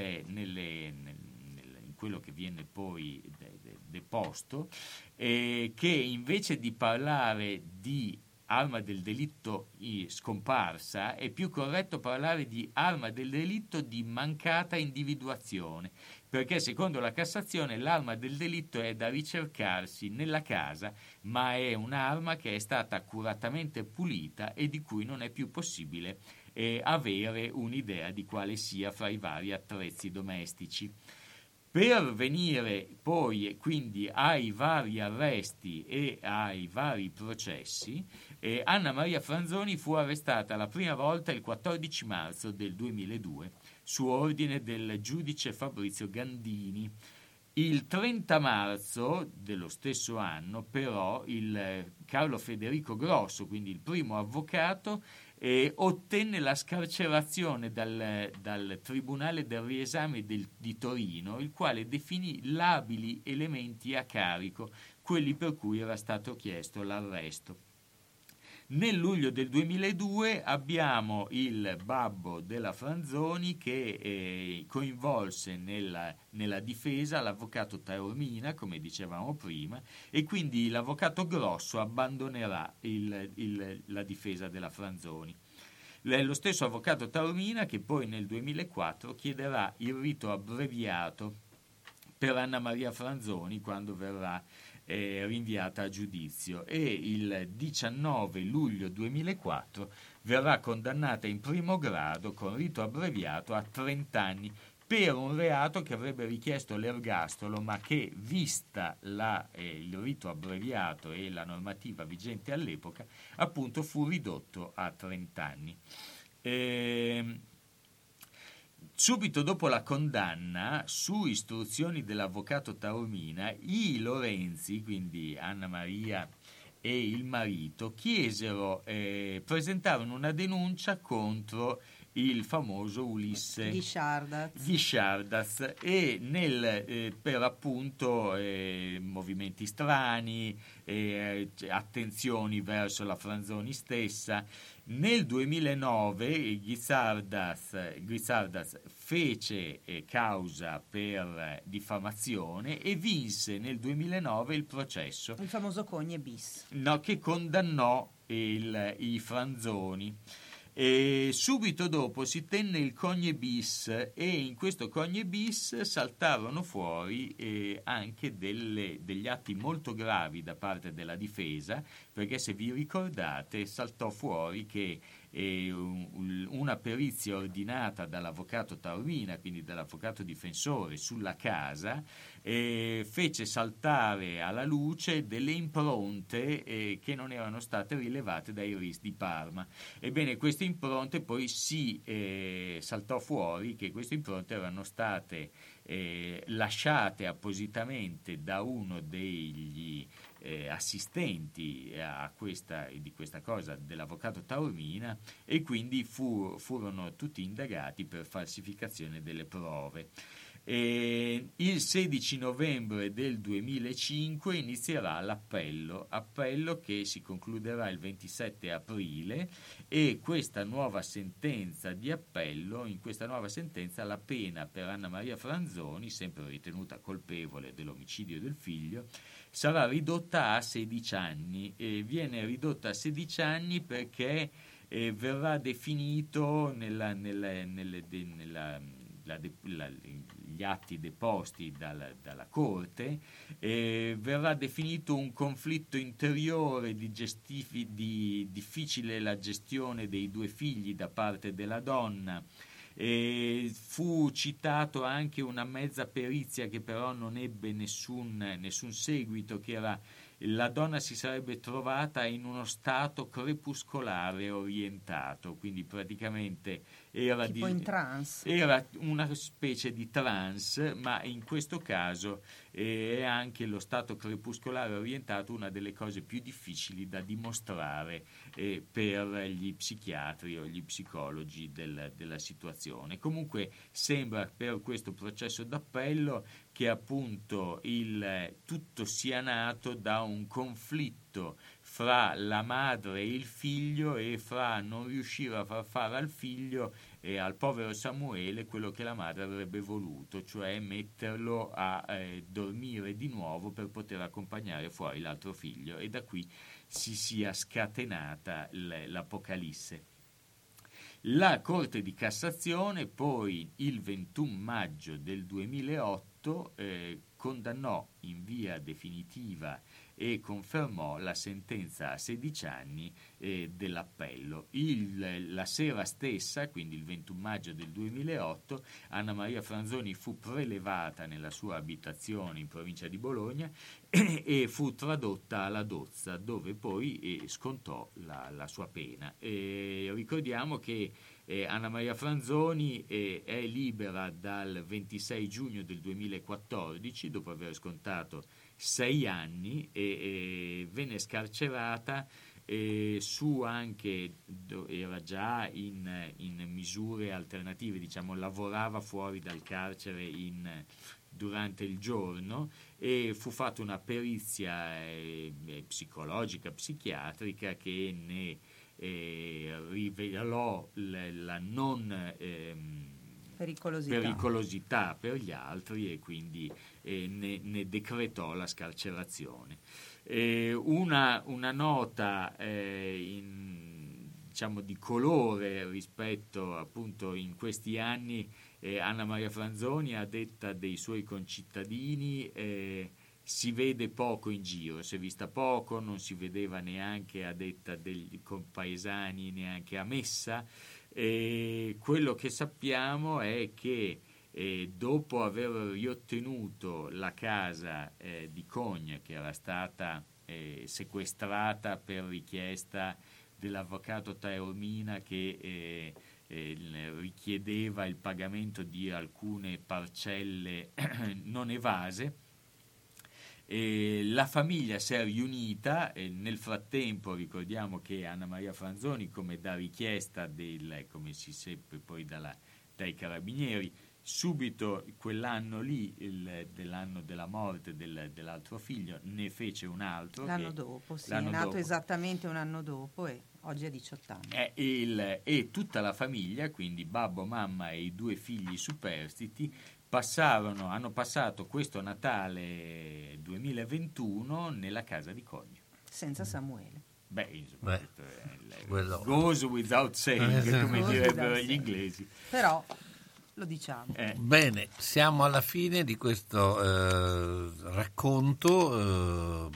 in quello che viene poi deposto che invece di parlare di arma del delitto scomparsa, è più corretto parlare di arma del delitto di mancata individuazione, perché secondo la Cassazione l'arma del delitto è da ricercarsi nella casa, ma è un'arma che è stata accuratamente pulita e di cui non è più possibile avere un'idea di quale sia fra i vari attrezzi domestici. Per venire poi quindi ai vari arresti e ai vari processi, Anna Maria Franzoni fu arrestata la prima volta il 14 marzo del 2002 su ordine del giudice Fabrizio Gandini. Il 30 marzo dello stesso anno però il Carlo Federico Grosso, quindi il primo avvocato, ottenne la scarcerazione dal Tribunale del Riesame di Torino, il quale definì labili elementi a carico, quelli per cui era stato chiesto l'arresto. Nel luglio del 2002 abbiamo il babbo della Franzoni che coinvolse nella difesa l'avvocato Taormina, come dicevamo prima, e quindi l'avvocato Grosso abbandonerà la difesa della Franzoni. Lo stesso avvocato Taormina che poi nel 2004 chiederà il rito abbreviato per Anna Maria Franzoni quando verrà rinviata a giudizio, e il 19 luglio 2004 verrà condannata in primo grado con rito abbreviato a 30 anni per un reato che avrebbe richiesto l'ergastolo, ma che, vista il rito abbreviato e la normativa vigente all'epoca, appunto fu ridotto a 30 anni. Subito dopo la condanna, su istruzioni dell'avvocato Taormina, i Lorenzi, quindi Anna Maria e il marito, presentarono una denuncia contro il famoso Ulisse Guisciardas e per appunto movimenti strani, attenzioni verso la Franzoni stessa. Nel 2009 Guisardas fece causa per diffamazione e vinse nel 2009 il processo. Il famoso Cogne bis. No, che condannò i Franzoni. E subito dopo si tenne il Cogne bis e in questo Cogne bis saltarono fuori anche degli atti molto gravi da parte della difesa, perché se vi ricordate saltò fuori che una perizia ordinata dall'avvocato Taormina, quindi dall'avvocato difensore, sulla casa fece saltare alla luce delle impronte che non erano state rilevate dai RIS di Parma. Ebbene, queste impronte poi saltò fuori che queste impronte erano state lasciate appositamente da uno degli assistenti di questa cosa dell'avvocato Taormina, e quindi furono tutti indagati per falsificazione delle prove. Il 16 novembre del 2005 inizierà l'appello che si concluderà il 27 aprile, e questa nuova sentenza di appello, in questa nuova sentenza la pena per Anna Maria Franzoni, sempre ritenuta colpevole dell'omicidio del figlio, sarà ridotta a 16 anni. Viene ridotta a 16 anni perché verrà definito gli atti deposti dalla Corte, verrà definito un conflitto interiore di difficile la gestione dei 2 figli da parte della donna. Fu citato anche una mezza perizia che però non ebbe nessun seguito, che era la donna si sarebbe trovata in uno stato crepuscolare orientato, quindi praticamente era tipo in trance. Era una specie di trance, ma in questo caso è anche lo stato crepuscolare orientato una delle cose più difficili da dimostrare per gli psichiatri o gli psicologi della situazione. Comunque sembra per questo processo d'appello che appunto tutto sia nato da un conflitto fra la madre e il figlio, e fra non riuscire a far fare al figlio e al povero Samuele quello che la madre avrebbe voluto, cioè metterlo a dormire di nuovo per poter accompagnare fuori l'altro figlio, e da qui si sia scatenata l'Apocalisse. La Corte di Cassazione poi il 21 maggio del 2008 condannò in via definitiva e confermò la sentenza a 16 anni dell'appello. La sera stessa, quindi il 21 maggio del 2008, Anna Maria Franzoni fu prelevata nella sua abitazione in provincia di Bologna e fu tradotta alla Dozza, dove poi scontò la sua pena. Ricordiamo che Anna Maria Franzoni è libera dal 26 giugno del 2014, dopo aver scontato 6 anni, e venne scarcerata su anche, era già in misure alternative, diciamo, lavorava fuori dal carcere durante il giorno, e fu fatta una perizia psicologica, psichiatrica, che ne rivelò la non pericolosità per gli altri, e quindi ne decretò la scarcerazione. Una nota diciamo di colore rispetto appunto in questi anni, Anna Maria Franzoni, a detta dei suoi concittadini, si vede poco in giro, si è vista poco, non si vedeva neanche, a detta degli compaesani, neanche a messa. Quello che sappiamo è che dopo aver riottenuto la casa di Cogne, che era stata sequestrata per richiesta dell'avvocato Taormina, che richiedeva il pagamento di alcune parcelle non evase, la famiglia si è riunita. Nel frattempo ricordiamo che Anna Maria Franzoni, come da richiesta come si seppe poi dai carabinieri, subito quell'anno lì, dell'anno della morte dell'altro figlio, ne fece un altro. L'anno dopo, sì, è nato esattamente un anno dopo e oggi ha 18 anni. E tutta la famiglia, quindi babbo, mamma e i 2 figli superstiti, hanno passato questo Natale 2021 nella casa di Cogne. Senza Samuele. Quello goes without saying, come direbbero gli inglesi. Però lo diciamo. Bene, siamo alla fine di questo racconto.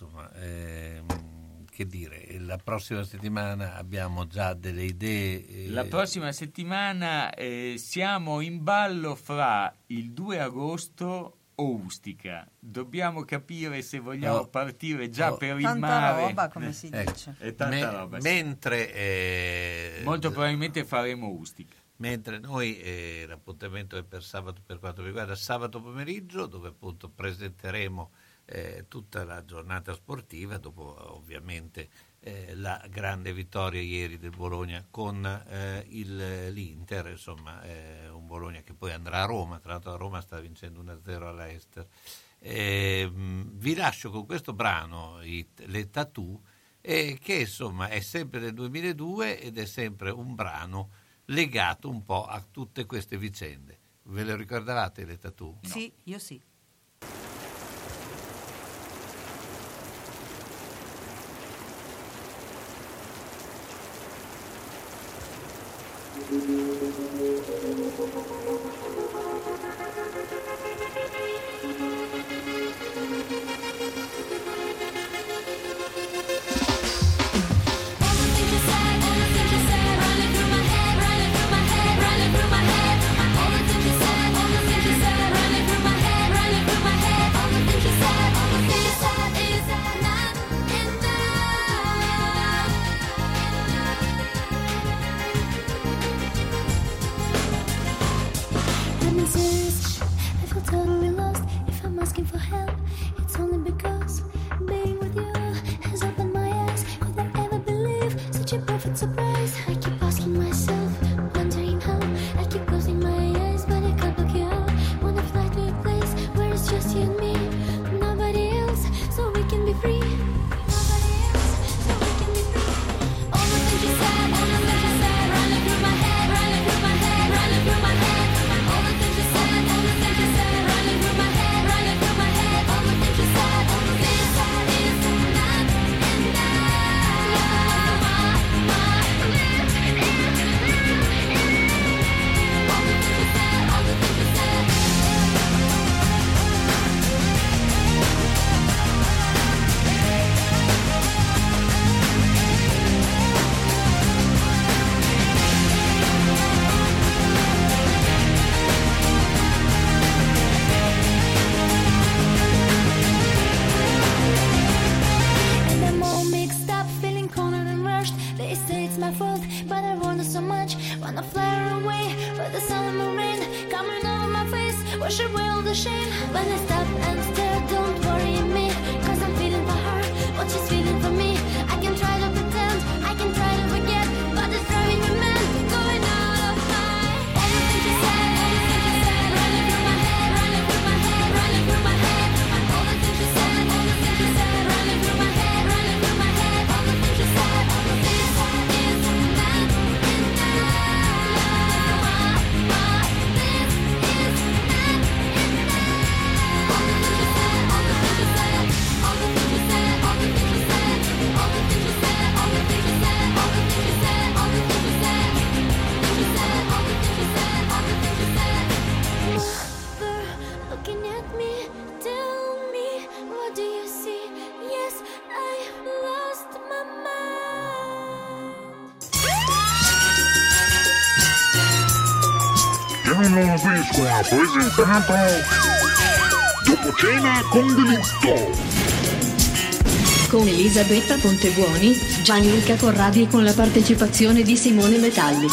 Che dire, la prossima settimana abbiamo già delle idee. La prossima settimana siamo in ballo fra il 2 agosto o Ustica. Dobbiamo capire se vogliamo partire già per il tanta mare. Roba, come si dice. È tanta roba, sì. Mentre molto probabilmente faremo Ustica. Mentre noi l'appuntamento è per sabato, per quanto riguarda sabato pomeriggio, dove appunto presenteremo tutta la giornata sportiva, dopo ovviamente la grande vittoria ieri del Bologna con l'Inter, insomma un Bologna che poi andrà a Roma, tra l'altro a Roma sta vincendo 1-0 all'Ester. Vi lascio con questo brano, Le Tattoo, che insomma è sempre del 2002 ed è sempre un brano legato un po' a tutte queste vicende. Ve le ricordavate Le Tattoo? No. Sì, io sì. Is Carlo Vesco ha presentato Dopo cena con delitto. Con Elisabetta Pontebuoni, Gianluca Corradi e con la partecipazione di Simone Metalli.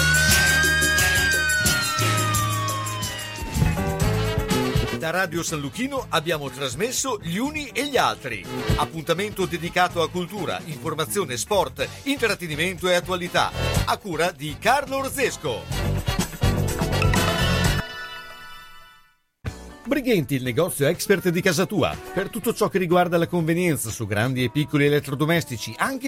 Da Radio San Luchino abbiamo trasmesso Gli Uni e gli Altri. Appuntamento dedicato a cultura, informazione, sport, intrattenimento e attualità. A cura di Carlo Orzesco. Brighenti, il negozio expert di casa tua. Per tutto ciò che riguarda la convenienza su grandi e piccoli elettrodomestici, anche